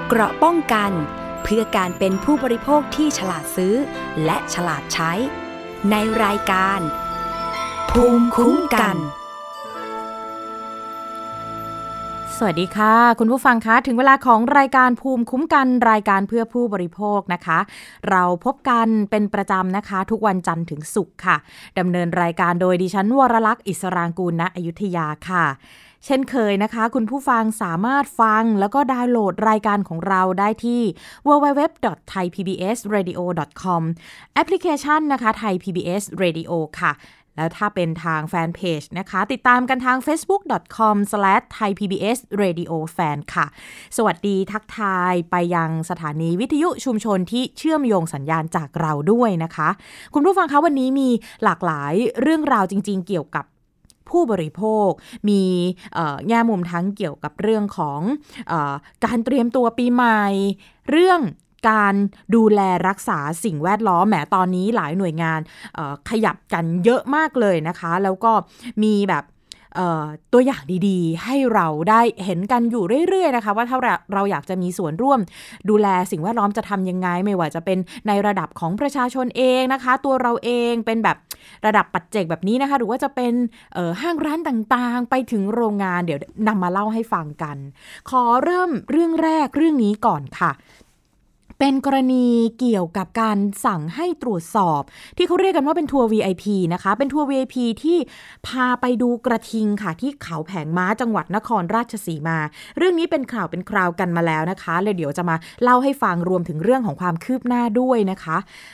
เกราะป้องกันเพื่อการเป็นผู้บริโภคที่ฉลาดซื้อและฉลาดใช้ในรายการภูมิคุ้มกันสวัสดีค่ะคุณผู้ฟังคะถึงเวลาของรายการภูมิคุ้มกันรายการเพื่อผู้บริโภคนะคะเราพบกันเป็นประจำนะคะทุกวันจันทร์ถึงศุกร์ค่ะดำเนินรายการโดยดิฉันวรลักษณ์อิสรางกูลณอยุธยาค่ะเช่นเคยนะคะคุณผู้ฟังสามารถฟังแล้วก็ดาวน์โหลดรายการของเราได้ที่ www.thaipbsradio.com แอปพลิเคชันนะคะ Thai PBS Radio ค่ะแล้วถ้าเป็นทางแฟนเพจนะคะติดตามกันทาง facebook.com/thaipbsradiofan ค่ะสวัสดีทักทายไปยังสถานีวิทยุชุมชนที่เชื่อมโยงสัญญาณจากเราด้วยนะคะคุณผู้ฟังคะวันนี้มีหลากหลายเรื่องราวจริงๆเกี่ยวกับผู้บริโภคมีแง่มุมทั้งเกี่ยวกับเรื่องของการเตรียมตัวปีใหม่เรื่องการดูแลรักษาสิ่งแวดล้อมแหมตอนนี้หลายหน่วยงานขยับกันเยอะมากเลยนะคะแล้วก็มีแบบตัวอย่างดีๆให้เราได้เห็นกันอยู่เรื่อยๆนะคะว่าถ้าเราอยากจะมีส่วนร่วมดูแลสิ่งแวดล้อมจะทำยังไงไม่ว่าจะเป็นในระดับของประชาชนเองนะคะตัวเราเองเป็นแบบระดับปัจเจกแบบนี้นะคะหรือว่าจะเป็นห้างร้านต่างๆไปถึงโรงงานเดี๋ยวนำมาเล่าให้ฟังกันขอเริ่มเรื่องแรกเรื่องนี้ก่อนค่ะเป็นกรณีเกี่ยวกับการสั่งให้ตรวจสอบที่เขาเรียกกันว่าเป็นทัวร์ VIP นะคะเป็นทัวร์ VIP ที่พาไปดูกระทิงค่ะที่เขาแผงม้าจังหวัดนครราชสีมาเรื่องนี้เป็นข่าวเป็นคราวกันมาแล้วนะคะเลยเดี๋ยวจะมาเล่าให้ฟังรวมถึงเรื่องของความคืบหน้าด้วยนะคะ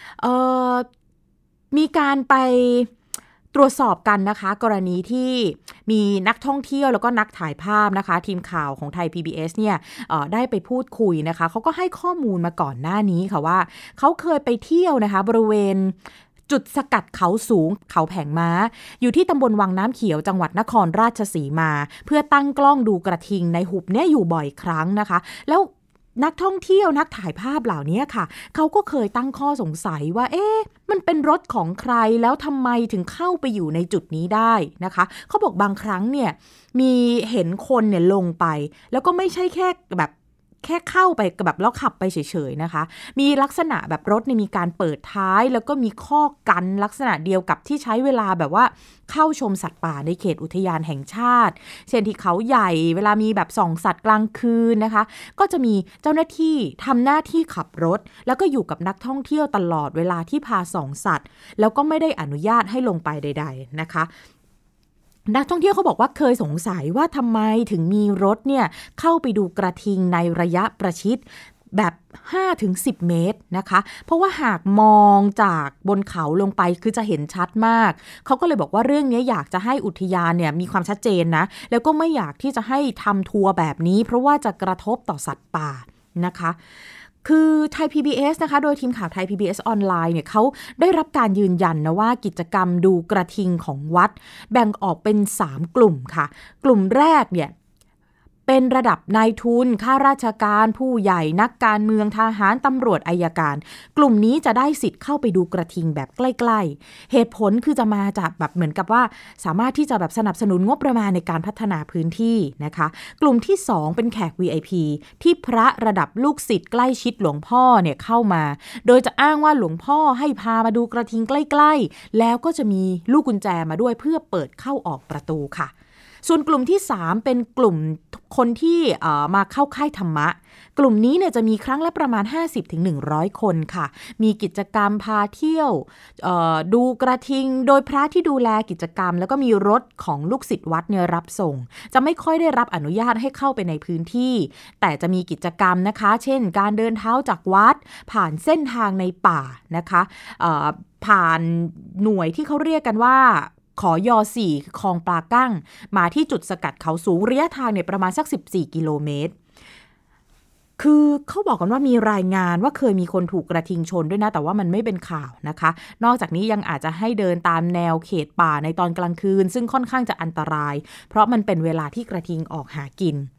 มีการไปตรวจสอบกันนะคะกรณีที่มีนักท่องเที่ยวแล้วก็นักถ่ายภาพนะคะทีมข่าวของไทย PBS เนี่ยได้ไปพูดคุยนะคะเขาก็ให้ข้อมูลมาก่อนหน้านี้ค่ะว่าเขาเคยไปเที่ยวนะคะบริเวณจุดสกัดเขาสูงเขาแผงม้าอยู่ที่ตำบลวังน้ำเขียวจังหวัดนครราชสีมาเพื่อตั้งกล้องดูกระทิงในหุบเนี่ยอยู่บ่อยครั้งนะคะแล้วนักท่องเที่ยวนักถ่ายภาพเหล่านี้ค่ะเขาก็เคยตั้งข้อสงสัยว่ามันเป็นรถของใครแล้วทำไมถึงเข้าไปอยู่ในจุดนี้ได้นะคะเขาบอกบางครั้งเนี่ยมีเห็นคนเนี่ยลงไปแล้วก็ไม่ใช่แค่เข้าไปแบบแล้วขับไปเฉยๆนะคะมีลักษณะแบบรถเนี่ยมีการเปิดท้ายแล้วก็มีข้อกันลักษณะเดียวกับที่ใช้เวลาแบบว่าเข้าชมสัตว์ป่าในเขตอุทยานแห่งชาติเช่นที่เขาใหญ่เวลามีแบบส่องสัตว์กลางคืนนะคะก็จะมีเจ้าหน้าที่ทำหน้าที่ขับรถแล้วก็อยู่กับนักท่องเที่ยวตลอดเวลาที่พาส่องสัตว์แล้วก็ไม่ได้อนุญาตให้ลงไปใดๆนะคะนักท่องเที่ยวเขาบอกว่าเคยสงสัยว่าทำไมถึงมีรถเนี่ยเข้าไปดูกระทิงในระยะประชิดแบบ 5-10 เมตรนะคะเพราะว่าหากมองจากบนเขาลงไปคือจะเห็นชัดมากเขาก็เลยบอกว่าเรื่องนี้อยากจะให้อุทยานเนี่ยมีความชัดเจนนะแล้วก็ไม่อยากที่จะให้ทำทัวร์แบบนี้เพราะว่าจะกระทบต่อสัตว์ป่านะคะคือไทย PBS นะคะโดยทีมข่าวไทย PBS ออนไลน์เนี่ยเขาได้รับการยืนยันนะว่ากิจกรรมดูกระทิงของวัดแบ่งออกเป็น3กลุ่มค่ะกลุ่มแรกเนี่ยเป็นระดับนายทุนข้าราชการผู้ใหญ่นักการเมืองทหารตำรวจอัยการกลุ่มนี้จะได้สิทธิ์เข้าไปดูกระทิงแบบใกล้ๆเหตุผลคือจะมาจากแบบเหมือนกับว่าสามารถที่จะแบบสนับสนุนงบประมาณในการพัฒนาพื้นที่นะคะกลุ่มที่2เป็นแขก VIP ที่พระระดับลูกศิษย์ใกล้ชิดหลวงพ่อเนี่ยเข้ามาโดยจะอ้างว่าหลวงพ่อให้พามาดูกระทิงใกล้ๆแล้วก็จะมีลูกกุญแจมาด้วยเพื่อเปิดเข้าออกประตูค่ะส่วนกลุ่มที่3เป็นกลุ่มคนที่มาเข้าค่ายธรรมะกลุ่มนี้เนี่ยจะมีครั้งละประมาณ 50-100 คนค่ะมีกิจกรรมพาเที่ยวดูกระทิงโดยพระที่ดูแลกิจกรรมแล้วก็มีรถของลูกศิษย์วัดเนี่ยรับส่งจะไม่ค่อยได้รับอนุญาตให้เข้าไปในพื้นที่แต่จะมีกิจกรรมนะคะเช่นการเดินเท้าจากวัดผ่านเส้นทางในป่านะคะผ่านหน่วยที่เขาเรียกกันว่าขอย4คลองปลากั้งมาที่จุดสกัดเขาสูงระยะทางเนี่ยประมาณสัก14กิโลเมตรคือเขาบอกกันว่ามีรายงานว่าเคยมีคนถูกกระทิงชนด้วยนะแต่ว่ามันไม่เป็นข่าวนะคะนอกจากนี้ยังอาจจะให้เดินตามแนวเขตป่าในตอนกลางคืนซึ่งค่อนข้างจะอันตรายเพราะมันเป็นเวลาที่กระทิงออกหากิน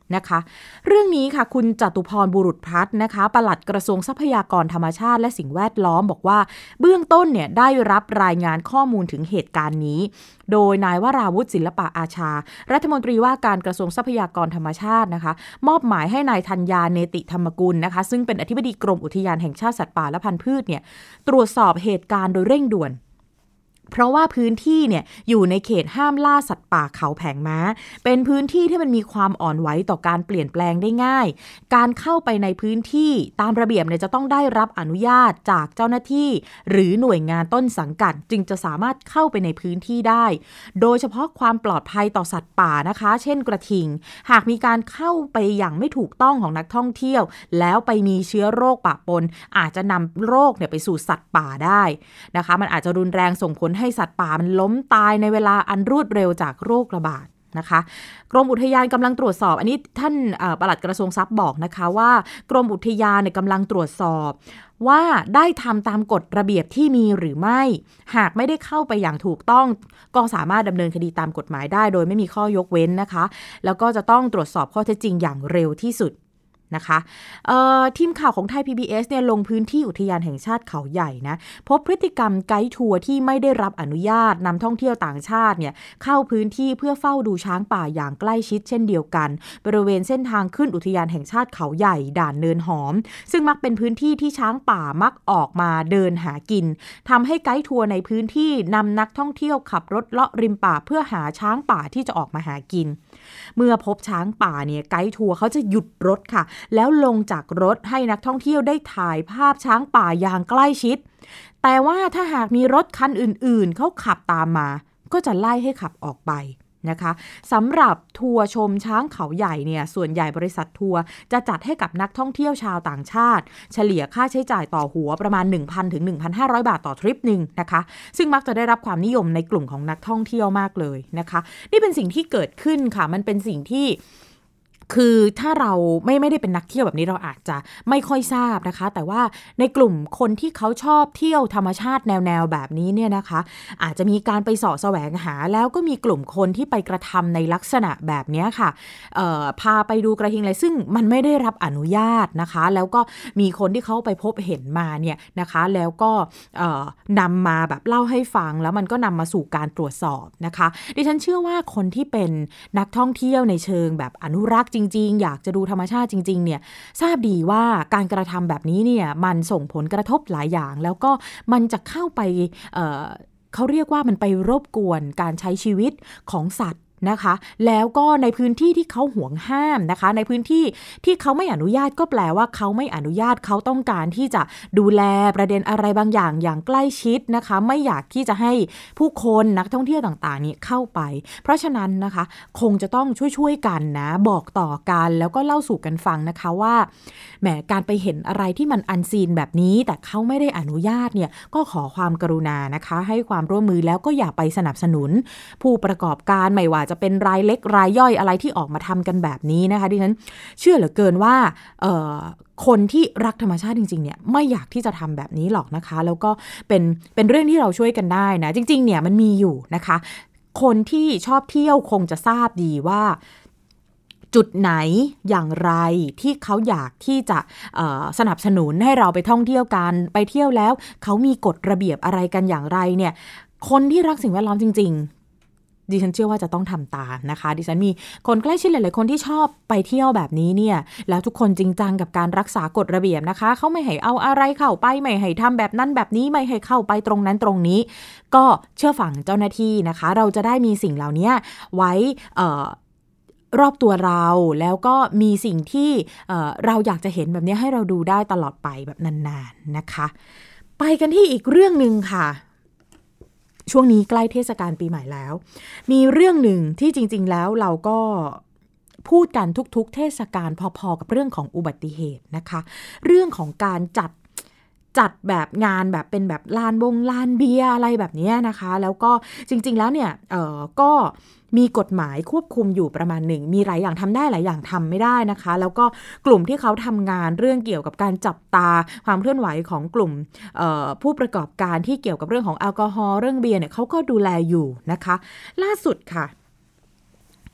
นะคะเรื่องนี้ค่ะคุณจตุพรบุรุษพัฒน์นะคะปลัดกระทรวงทรัพยากรธรรมชาติและสิ่งแวดล้อมบอกว่าเบื้องต้นเนี่ยได้รับรายงานข้อมูลถึงเหตุการณ์นี้โดยนายวราวุฒิศิลปะอาชารัฐมนตรีว่าการกระทรวงทรัพยากรธรรมชาตินะคะมอบหมายให้นายธัญญาเนติธรรมกุลนะคะซึ่งเป็นอธิบดีกรมอุทยานแห่งชาติสัตว์ป่าและพันธุ์พืชเนี่ยตรวจสอบเหตุการณ์โดยเร่งด่วนเพราะว่าพื้นที่เนี่ยอยู่ในเขตห้ามล่าสัตว์ป่าเขาแผงม้าเป็นพื้นที่ที่มันมีความอ่อนไหวต่อการเปลี่ยนแปลงได้ง่ายการเข้าไปในพื้นที่ตามระเบียบเนี่ยจะต้องได้รับอนุญาตจากเจ้าหน้าที่หรือหน่วยงานต้นสังกัดจึงจะสามารถเข้าไปในพื้นที่ได้โดยเฉพาะความปลอดภัยต่อสัตว์ป่านะคะเช่นกระทิงหากมีการเข้าไปอย่างไม่ถูกต้องของนักท่องเที่ยวแล้วไปมีเชื้อโรคปะปนอาจจะนำโรคเนี่ยไปสู่สัตว์ป่าได้นะคะมันอาจจะรุนแรงส่งผลให้สัตว์ป่ามันล้มตายในเวลาอันรวดเร็วจากโรคระบาดนะคะกรมอุทยานกำลังตรวจสอบอันนี้ท่านปลัดกระทรวงทรัพย์บอกนะคะว่ากรมอุทยานเนี่ยกำลังตรวจสอบว่าได้ทำตามกฎระเบียบที่มีหรือไม่หากไม่ได้เข้าไปอย่างถูกต้องก็สามารถดำเนินคดีตามกฎหมายได้โดยไม่มีข้อยกเว้นนะคะแล้วก็จะต้องตรวจสอบข้อเท็จจริงอย่างเร็วที่สุดนะคะทีมข่าวของไทย PBS เนี่ยลงพื้นที่อุทยานแห่งชาติเขาใหญ่นะพบพฤติกรรมไกด์ทัวร์ที่ไม่ได้รับอนุญาตนำท่องเที่ยวต่างชาติเนี่ยเข้าพื้นที่เพื่อเฝ้าดูช้างป่าอย่างใกล้ชิดเช่นเดียวกันบริเวณเส้นทางขึ้นอุทยานแห่งชาติเขาใหญ่ด่านเนินหอมซึ่งมักเป็นพื้นที่ที่ช้างป่ามักออกมาเดินหากินทำให้ไกด์ทัวร์ในพื้นที่นำนักท่องเที่ยวขับรถเลาะริมป่าเพื่อหาช้างป่าที่จะออกมาหากินเมื่อพบช้างป่าเนี่ยไกด์ทัวร์เขาจะหยุดรถค่ะแล้วลงจากรถให้นักท่องเที่ยวได้ถ่ายภาพช้างป่าอย่างใกล้ชิดแต่ว่าถ้าหากมีรถคันอื่นๆเขาขับตามมาก็จะไล่ให้ขับออกไปนะคะสำหรับทัวร์ชมช้างเขาใหญ่เนี่ยส่วนใหญ่บริษัททัวร์จะจัดให้กับนักท่องเที่ยวชาวต่างชาติเฉลี่ยค่าใช้จ่ายต่อหัวประมาณ 1,000 ถึง 1,500 บาทต่อทริปหนึ่งนะคะซึ่งมักจะได้รับความนิยมในกลุ่มของนักท่องเที่ยวมากเลยนะคะนี่เป็นสิ่งที่เกิดขึ้นค่ะมันเป็นสิ่งที่คือถ้าเราไม่ได้เป็นนักเที่ยวแบบนี้เราอาจจะไม่ค่อยทราบนะคะแต่ว่าในกลุ่มคนที่เขาชอบเที่ยวธรรมชาติแนวแบบนี้เนี่ยนะคะอาจจะมีการไปเสาะแสวงหาแล้วก็มีกลุ่มคนที่ไปกระทำในลักษณะแบบนี้ค่ะพาไปดูกระทิงอะไรซึ่งมันไม่ได้รับอนุญาตนะคะแล้วก็มีคนที่เขาไปพบเห็นมาเนี่ยนะคะแล้วก็นำมาแบบเล่าให้ฟังแล้วมันก็นำมาสู่การตรวจสอบนะคะดิฉันเชื่อว่าคนที่เป็นนักท่องเที่ยวในเชิงแบบอนุรักษ์จริงๆอยากจะดูธรรมชาติจริงๆเนี่ยทราบดีว่าการกระทำแบบนี้เนี่ยมันส่งผลกระทบหลายอย่างแล้วก็มันจะเข้าไปเขาเรียกว่ามันไปรบกวนการใช้ชีวิตของสัตว์นะคะแล้วก็ในพื้นที่ที่เขาห่วงห้ามนะคะในพื้นที่ที่เขาไม่อนุญาตก็แปลว่าเขาไม่อนุญาตเขาต้องการที่จะดูแลประเด็นอะไรบางอย่างอย่างใกล้ชิดนะคะไม่อยากที่จะให้ผู้คนนักท่องเที่ยวต่างๆนี้เข้าไปเพราะฉะนั้นนะคะคงจะต้องช่วยกันนะบอกต่อกันแล้วก็เล่าสู่กันฟังนะคะว่าแหมการไปเห็นอะไรที่มันอันซีนแบบนี้แต่เขาไม่ได้อนุญาตเนี่ยก็ขอความกรุณานะคะให้ความร่วมมือแล้วก็อย่าไปสนับสนุนผู้ประกอบการไม่ว่าจะเป็นรายเล็กรายย่อยอะไรที่ออกมาทำกันแบบนี้นะคะดิฉันเชื่อเหลือเกินว่าคนที่รักธรรมชาติจริงๆเนี่ยไม่อยากที่จะทำแบบนี้หรอกนะคะแล้วก็เป็นเรื่องที่เราช่วยกันได้นะจริงๆเนี่ยมันมีอยู่นะคะคนที่ชอบเที่ยวคงจะทราบดีว่าจุดไหนอย่างไรที่เขาอยากที่จะสนับสนุนให้เราไปท่องเที่ยวกันไปเที่ยวแล้วเขามีกฎระเบียบอะไรกันอย่างไรเนี่ยคนที่รักสิ่งแวดล้อมจริงๆดิฉันเชื่อว่าจะต้องทำตามนะคะดิฉันมีคนใกล้ชิดหลายๆคนที่ชอบไปเที่ยวแบบนี้เนี่ยแล้วทุกคนจริงจังกับการรักษากฎระเบียบนะคะเขาไม่ให้เอาอะไรเข้าไปไม่ให้ทำแบบนั้นแบบนี้ไม่ให้เข้าไปตรงนั้นตรงนี้ก็เชื่อฟังเจ้าหน้าที่นะคะเราจะได้มีสิ่งเหล่านี้ไว้รอบตัวเราแล้วก็มีสิ่งที่เราอยากจะเห็นแบบนี้ให้เราดูได้ตลอดไปแบบนานๆนะคะไปกันที่อีกเรื่องนึงค่ะช่วงนี้ใกล้เทศกาลปีใหม่แล้วมีเรื่องหนึ่งที่จริงๆแล้วเราก็พูดกันทุกๆเทศกาลพอๆกับเรื่องของอุบัติเหตุนะคะเรื่องของการจัดแบบงานแบบเป็นแบบลานเบียร์อะไรแบบนี้นะคะแล้วก็จริงๆแล้วเนี่ยก็มีกฎหมายควบคุมอยู่ประมาณหนึ่งมีหลายอย่างทำได้หลายอย่างทำไม่ได้นะคะแล้วก็กลุ่มที่เขาทำงานเรื่องเกี่ยวกับการจับตาความเคลื่อนไหวของกลุ่มผู้ประกอบการที่เกี่ยวกับเรื่องของแอลกอฮอล์เรื่องเบียร์เนี่ยเขาก็ดูแลอยู่นะคะล่าสุดค่ะ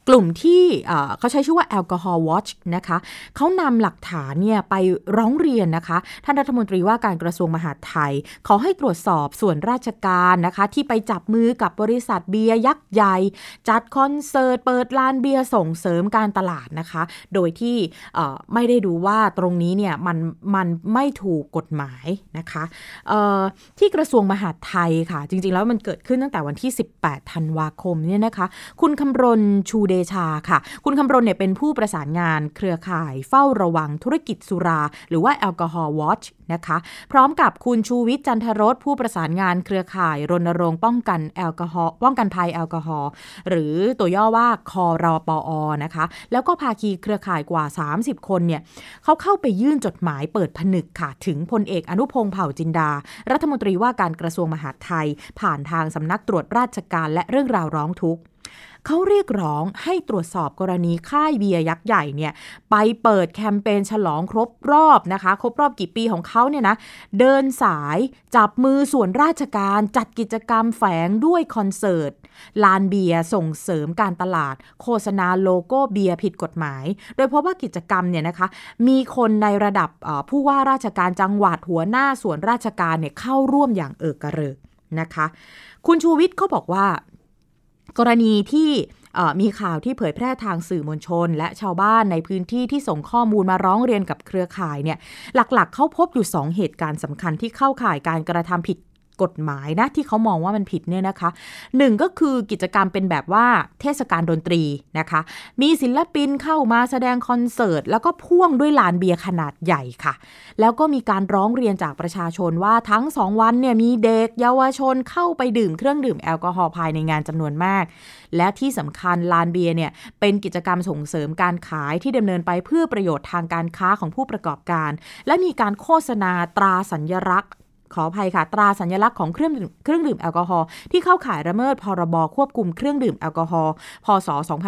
กลุ่มที่เขาใช้ชื่อว่า Alcohol Watch นะคะเขานำหลักฐานเนี่ยไปร้องเรียนนะคะท่านรัฐมนตรีว่าการกระทรวงมหาดไทยขอให้ตรวจสอบส่วนราชการนะคะที่ไปจับมือกับบริษัทเบียร์ยักษ์ใหญ่จัดคอนเสิร์ตเปิดลานเบียร์ส่งเสริมการตลาดนะคะโดยที่ไม่ได้ดูว่าตรงนี้เนี่ยมันไม่ถูกกฎหมายนะคะที่กระทรวงมหาดไทยค่ะจริงๆแล้วมันเกิดขึ้นตั้งแต่วันที่18ธันวาคมเนี่ยนะคะคุณคำรณชูเดชาค่ะคุณคำรณเนี่ยเป็นผู้ประสานงานเครือข่ายเฝ้าระวังธุรกิจสุราหรือว่า Alcohol Watch นะคะพร้อมกับคุณชูวิทย์จันทรสผู้ประสานงานเครือข่ายรณรงค์ป้องกันภัยแอลกอฮอล์หรือตัวย่อว่าครปอนะคะแล้วก็ภาคีเครือข่ายกว่า30คนเนี่ยเขาเข้าไปยื่นจดหมายเปิดผนึกค่ะถึงพลเอกอนุพงษ์เผ่าจินดารัฐมนตรีว่าการกระทรวงมหาดไทยผ่านทางสำนักตรวจราชการและเรื่องราวร้องทุกข์เขาเรียกร้องให้ตรวจสอบกรณีค่ายเบียร์ยักษ์ใหญ่เนี่ยไปเปิดแคมเปญฉลองครบรอบนะคะครบรอบกี่ปีของเขาเนี่ยนะเดินสายจับมือส่วนราชการจัดกิจกรรมแฝงด้วยคอนเสิร์ตลานเบียร์ส่งเสริมการตลาดโฆษณาโลโก้เบียร์ผิดกฎหมายโดยพบว่ากิจกรรมเนี่ยนะคะมีคนในระดับผู้ว่าราชการจังหวัดหัวหน้าส่วนราชการเนี่ยเข้าร่วมอย่างเอิกกระเริกนะคะคุณชูวิทย์เขาบอกว่ากรณีที่มีข่าวที่เผยแพร่ทางสื่อมวลชนและชาวบ้านในพื้นที่ที่ส่งข้อมูลมาร้องเรียนกับเครือข่ายเนี่ยหลักๆเขาพบอยู่2เหตุการณ์สำคัญที่เข้าข่ายการกระทำผิดกฎหมายนะที่เขามองว่ามันผิดเนี่ยนะคะ1ก็คือกิจกรรมเป็นแบบว่าเทศกาลดนตรีนะคะมีศิลปินเข้ามาแสดงคอนเสิร์ตแล้วก็พ่วงด้วยลานเบียร์ขนาดใหญ่ค่ะแล้วก็มีการร้องเรียนจากประชาชนว่าทั้ง2วันเนี่ยมีเด็กเยาวชนเข้าไปดื่มเครื่องดื่มแอลกอฮอล์ภายในงานจำนวนมากและที่สำคัญลานเบียร์เนี่ยเป็นกิจกรรมส่งเสริมการขายที่ดำเนินไปเพื่อประโยชน์ทางการค้าของผู้ประกอบการและมีการโฆษณาตราสัญลักษณ์ขออภัยค่ะตราสัญลักษณ์ของเครื่องดื่มแอลกอฮอล์ที่เข้าข่ายละเมิดพรบควบคุมเครื่องดื่มแอลกอฮอล์พ.ศ.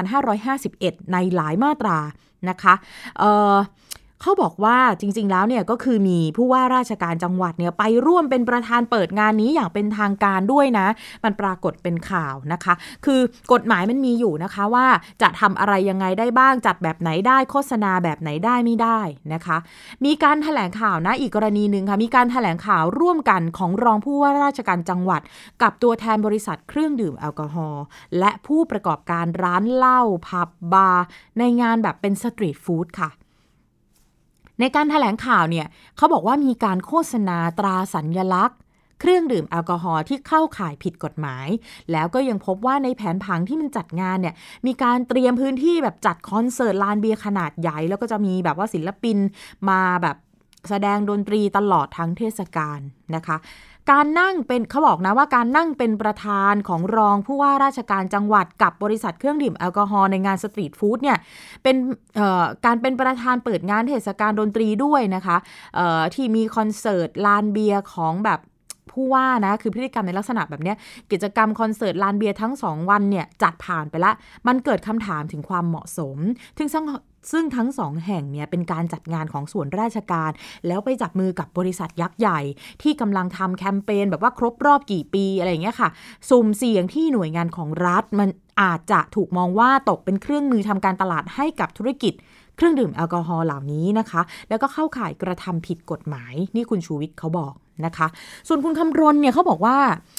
2551ในหลายมาตรานะคะเขาบอกว่าจริงๆแล้วเนี่ยก็คือมีผู้ว่าราชการจังหวัดเนี่ยไปร่วมเป็นประธานเปิดงานนี้อย่างเป็นทางการด้วยนะมันปรากฏเป็นข่าวนะคะคือกฎหมายมันมีอยู่นะคะว่าจะทำอะไรยังไงได้บ้างจัดแบบไหนได้โฆษณาแบบไหนได้ไม่ได้นะคะมีการแถลงข่าวนะอีกกรณีนึงค่ะมีการแถลงข่าวร่วมกันของรองผู้ว่าราชการจังหวัดกับตัวแทนบริษัทเครื่องดื่มแอลกอฮอล์และผู้ประกอบการร้านเหล้าผับบาร์ในงานแบบเป็นสตรีทฟู้ดค่ะในการแถลงข่าวเนี่ยเขาบอกว่ามีการโฆษณาตราสัญลักษณ์เครื่องดื่มแอลกอฮอล์ที่เข้าข่ายผิดกฎหมายแล้วก็ยังพบว่าในแผนผังที่มันจัดงานเนี่ยมีการเตรียมพื้นที่แบบจัดคอนเสิร์ตลานเบียร์ขนาดใหญ่แล้วก็จะมีแบบว่าศิลปินมาแบบแสดงดนตรีตลอดทั้งเทศกาลนะคะการนั่งเป็นเขาบอกนะว่าการนั่งเป็นประธานของรองผู้ว่าราชการจังหวัดกับบริษัทเครื่องดื่มแอลกอฮอล์ในงานสตรีทฟู้ดเนี่ยเป็นการเป็นประธานเปิดงานเทศกาลดนตรีด้วยนะคะที่มีคอนเสิร์ตลานเบียร์ของแบบผู้ว่านะคือพฤติกรรมในลักษณะแบบนี้กิจกรรมคอนเสิร์ตลานเบียร์ทั้ง2วันเนี่ยจัดผ่านไปละมันเกิดคำถามถึงความเหมาะสมซึ่งทั้ง2แห่งเนี่ยเป็นการจัดงานของส่วนราชการแล้วไปจับมือกับบริษัทยักษ์ใหญ่ที่กำลังทำแคมเปญแบบว่าครบรอบกี่ปีอะไรอย่างเงี้ยค่ะสุ่มเสี่ยงที่หน่วยงานของรัฐมันอาจจะถูกมองว่าตกเป็นเครื่องมือทำการตลาดให้กับธุรกิจเครื่องดื่มแอลกอฮอล์เหล่านี้นะคะแล้วก็เข้าข่ายกระทำผิดกฎหมายนี่คุณชูวิทย์เขาบอกนะคะส่วนคุณคำรณเนี่ยเขาบอกว่า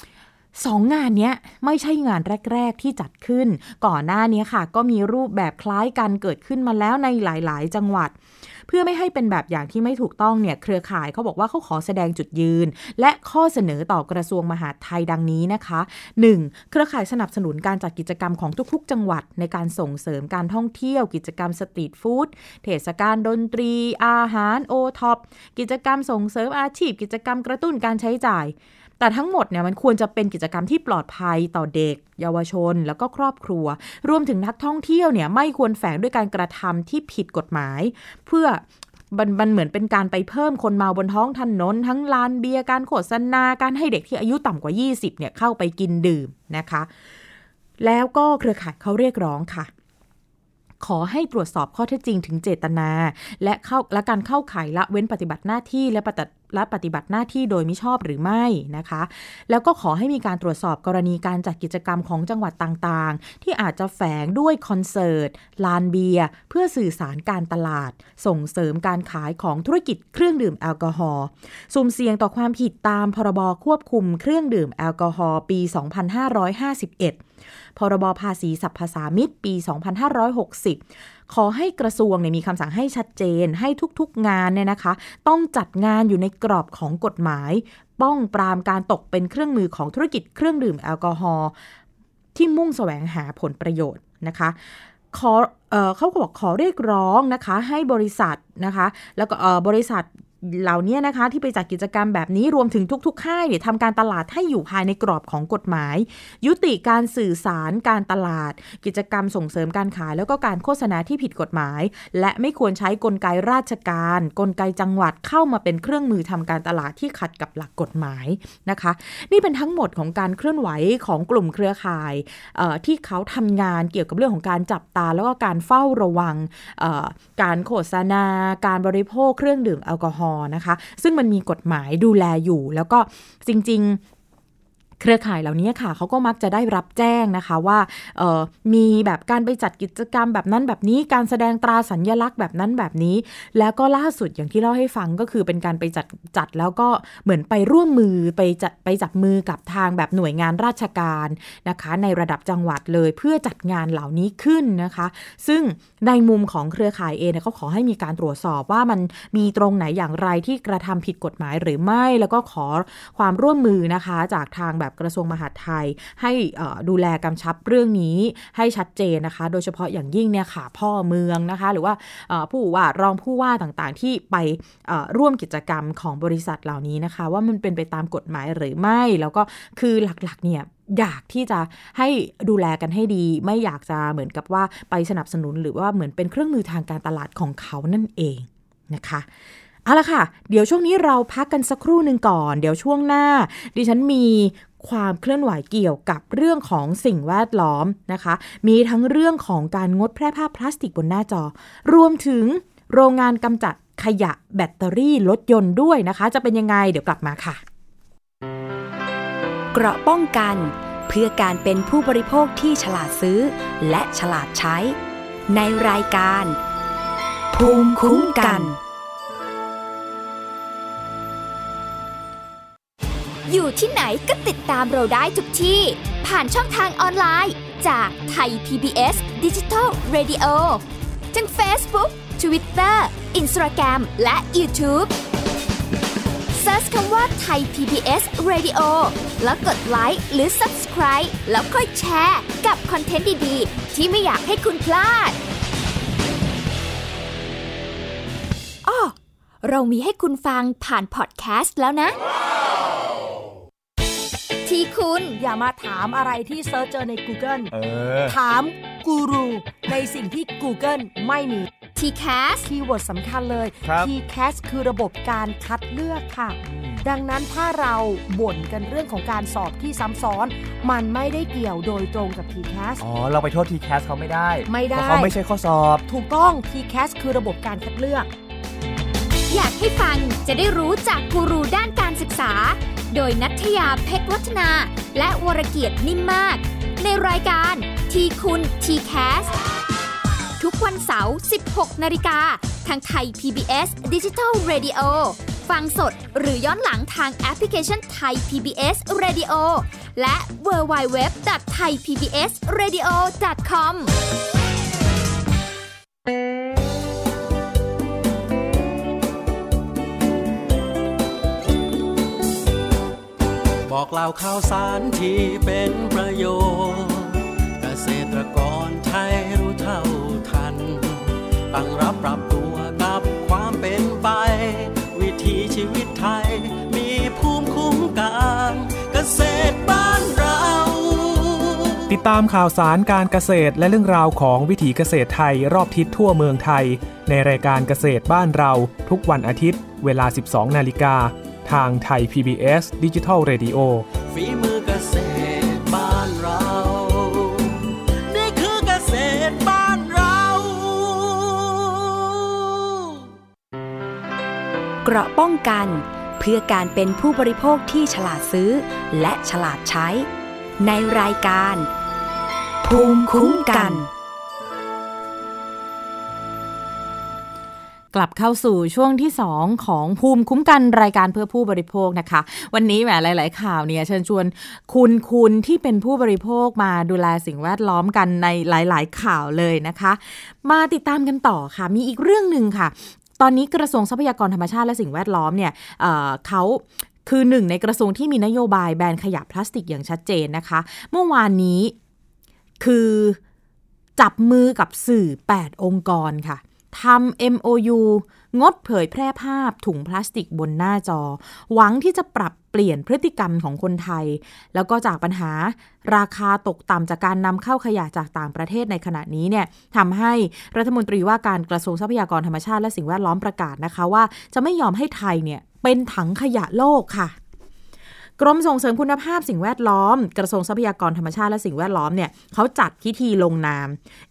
2งานนี้ไม่ใช่งานแรกๆที่จัดขึ้นก่อนหน้านี้ค่ะก็มีรูปแบบคล้ายกันเกิดขึ้นมาแล้วในหลายๆจังหวัดเพื่อไม่ให้เป็นแบบอย่างที่ไม่ถูกต้องเนี่ยเครือข่ายเขาบอกว่าเขาขอแสดงจุดยืนและข้อเสนอต่อกระทรวงมหาดไทยดังนี้นะคะ 1. เครือข่ายสนับสนุนการจัดกิจกรรมของทุกๆจังหวัดในการส่งเสริมการท่องเที่ยวกิจกรรมสตรีทฟู้ดเทศกาลดนตรีอาหารโอท็อปกิจกรรมส่งเสริมอาชีพกิจกรรมกระตุ้นการใช้จ่ายแต่ทั้งหมดเนี่ยมันควรจะเป็นกิจกรรมที่ปลอดภัยต่อเด็กเยาวชนแล้วก็ครอบครัวรวมถึงนักท่องเที่ยวเนี่ยไม่ควรแฝงด้วยการกระทำที่ผิดกฎหมายเพื่อมันเหมือนเป็นการไปเพิ่มคนเมาบนท้องถนนทั้งลานเบียร์การโฆษณาการให้เด็กที่อายุต่ำกว่า20เนี่ยเข้าไปกินดื่มนะคะแล้วก็เครือข่ายเขาเรียกร้องค่ะขอให้ตรวจสอบข้อเท็จจริงถึงเจตนาและการเข้าข่ายละเว้นปฏิบัติหน้าที่และปฏิบัติหน้าที่โดยมิชอบหรือไม่นะคะแล้วก็ขอให้มีการตรวจสอบกรณีการจัดกิจกรรมของจังหวัดต่างๆที่อาจจะแฝงด้วยคอนเสิร์ตลานเบียร์เพื่อสื่อสารการตลาดส่งเสริมการขายของธุรกิจเครื่องดื่มแอลกอฮอล์สุ่มเสี่ยงต่อความผิดตามพรบควบคุมเครื่องดื่มแอลกอฮอล์ปี 2551 พรบภาษีสรรพสามิตปี 2560 ขอให้กระทรวงมีคำสั่งให้ชัดเจนให้ทุกๆงานเนี่ยนะคะต้องจัดงานอยู่ในกรอบของกฎหมายป้องปรามการตกเป็นเครื่องมือของธุรกิจเครื่องดื่มแอลกอฮอล์ที่มุ่งแสวงหาผลประโยชน์นะคะเขาก็บอกขอเรียกร้องนะคะให้บริษัทนะคะแล้วก็บริษัทเหล่านี้นะคะที่ไปจัดกิจกรรมแบบนี้รวมถึงทุกๆค่ายทำการตลาดให้อยู่ภายในกรอบของกฎหมายยุติการสื่อสารการตลาดกิจกรรมส่งเสริมการขายแล้วก็การโฆษณาที่ผิดกฎหมายและไม่ควรใช้กลไกราชการกลไกจังหวัดเข้ามาเป็นเครื่องมือทำการตลาดที่ขัดกับหลักกฎหมายนะคะนี่เป็นทั้งหมดของการเคลื่อนไหวของกลุ่มเครือข่ายที่เขาทำงานเกี่ยวกับเรื่องของการจับตาแล้วก็การเฝ้าระวังการโฆษณาการบริโภคเครื่องดื่มแอลกอฮอล์นะคะซึ่งมันมีกฎหมายดูแลอยู่แล้วก็จริงๆเครือข่ายเหล่านี้ค่ะเขาก็มักจะได้รับแจ้งนะคะว่ามีแบบการไปจัดกิจกรรมแบบนั้นแบบนี้การแสดงตราสัญลักษณ์แบบนั้นแบบนี้แล้วก็ล่าสุดอย่างที่เล่าให้ฟังก็คือเป็นการไปจัดแล้วก็เหมือนไปร่วมมือไปจับมือกับทางแบบหน่วยงานราชการนะคะในระดับจังหวัดเลยเพื่อจัดงานเหล่านี้ขึ้นนะคะซึ่งในมุมของเครือข่ายเองเขาขอให้มีการตรวจสอบว่ามันมีตรงไหนอย่างไรที่กระทำผิดกฎหมายหรือไม่แล้วก็ขอความร่วมมือนะคะจากทางแบบกระทรวงมหาดไทยให้ดูแลกำชับเรื่องนี้ให้ชัดเจนนะคะโดยเฉพาะอย่างยิ่งเนี่ยค่ะพ่อเมืองนะคะหรือว่าผู้ว่ารองผู้ว่าต่างๆที่ไปร่วมกิจกรรมของบริษัทเหล่านี้นะคะว่ามันเป็นไปตามกฎหมายหรือไม่แล้วก็คือหลักๆเนี่ยอยากที่จะให้ดูแลกันให้ดีไม่อยากจะเหมือนกับว่าไปสนับสนุนหรือว่าเหมือนเป็นเครื่องมือทางการตลาดของเขานั่นเองนะคะเอาละค่ะเดี๋ยวช่วงนี้เราพักกันสักครู่นึงก่อนเดี๋ยวช่วงหน้าดิฉันมีความเคลื่อนไหวเกี่ยวกับเรื่องของสิ่งแวดล้อมนะคะมีทั้งเรื่องของการงดแพร่ภาพพลาสติกบนหน้าจอรวมถึงโรงงานกำจัดขยะแบตเตอรี่รถยนต์ด้วยนะคะจะเป็นยังไงเดี๋ยวกลับมาค่ะเกราะป้องกันเพื่อการเป็นผู้บริโภคที่ฉลาดซื้อและฉลาดใช้ในรายการภูมิคุ้มกันอยู่ที่ไหนก็ติดตามเราได้ทุกที่ผ่านช่องทางออนไลน์จากไทย PBS Digital Radio ทั้ง Facebook, Twitter, Instagram และ YouTubeเสิร์ชคำว่าไทย PBS Radio แล้วกดไลค์หรือ Subscribe แล้วค่อยแชร์กับคอนเทนต์ดีๆที่ไม่อยากให้คุณพลาดอ้อเรามีให้คุณฟังผ่านพอดแคสต์แล้วนะที่คุณอย่ามาถามอะไรที่เซิร์ชเจอใน Google ถามกูรูในสิ่งที่ Google ไม่มี TCAS คีย์เวิร์ดสำคัญเลย TCAS คือระบบการคัดเลือกค่ะดังนั้นถ้าเราบ่นกันเรื่องของการสอบที่ซ้ำซ้อนมันไม่ได้เกี่ยวโดยตรงกับ TCAS เราไปโทษ TCAS เขาไม่ได้เพราะเขาไม่ใช่ข้อสอบถูกต้อง TCAS คือระบบการคัดเลือกอยากให้ฟังจะได้รู้จากกูรูด้านการศึกษาโดยณัฐยาเพชรวัฒนาและวรเกียรตินิ่มมากในรายการทีคุณ TCAS ทุกวันเสาร์ 16:00 น.ทางไทย PBS Digital Radio ฟังสดหรือย้อนหลังทางแอปพลิเคชันไทย PBS Radio และ www.thaipbsradio.com บอกเล่าข่าวสารที่เป็นประโยชน์เกษตรกรไทยรู้เท่าทันตั้งรับปรับตัวกับความเป็นไปวิถีชีวิตไทยมีภูมิคุ้มกันเกษตรบ้านเราติดตามข่าวสารการเกษตรและเรื่องราวของวิถีเกษตรไทยรอบทิศทั่วเมืองไทยในรายการเกษตรบ้านเราทุกวันอาทิตย์เวลา 12:00 น.ทางไทย PBS Digital Radio ฝีมือเกษตรบ้านเรานี่คือเกษตรบ้านเราเกราะป้องกันเพื่อการเป็นผู้บริโภคที่ฉลาดซื้อและฉลาดใช้ในรายการภูมิคุ้มกันกลับเข้าสู่ช่วงที่2ของภูมิคุ้มกันรายการเพื่อผู้บริโภคนะคะวันนี้แหมหลายๆข่าวเนี่ยเชิญชวนคุณที่เป็นผู้บริโภคมาดูแลสิ่งแวดล้อมกันในหลายๆข่าวเลยนะคะมาติดตามกันต่อค่ะมีอีกเรื่องนึงค่ะตอนนี้กระทรวงทรัพยากรธรรมชาติและสิ่งแวดล้อมเนี่ยเขาคือหนึ่งในกระทรวงที่มีนโยบายแบนขยะพลาสติกอย่างชัดเจนนะคะเมื่อวานนี้คือจับมือกับสื่อ8องค์กรค่ะทำ MOU งดเผยแพร่ภาพถุงพลาสติกบนหน้าจอหวังที่จะปรับเปลี่ยนพฤติกรรมของคนไทยแล้วก็จากปัญหาราคาตกต่ำจากการนำเข้าขยะจากต่างประเทศในขณะนี้เนี่ยทำให้รัฐมนตรีว่าการกระทรวงทรัพยากรธรรมชาติและสิ่งแวดล้อมประกาศนะคะว่าจะไม่ยอมให้ไทยเนี่ยเป็นถังขยะโลกค่ะกรมส่งเสริมคุณภาพสิ่งแวดล้อมกระทรวงทรัพยากรธรรมชาติและสิ่งแวดล้อมเนี่ยเขาจัดพิธีลงนาม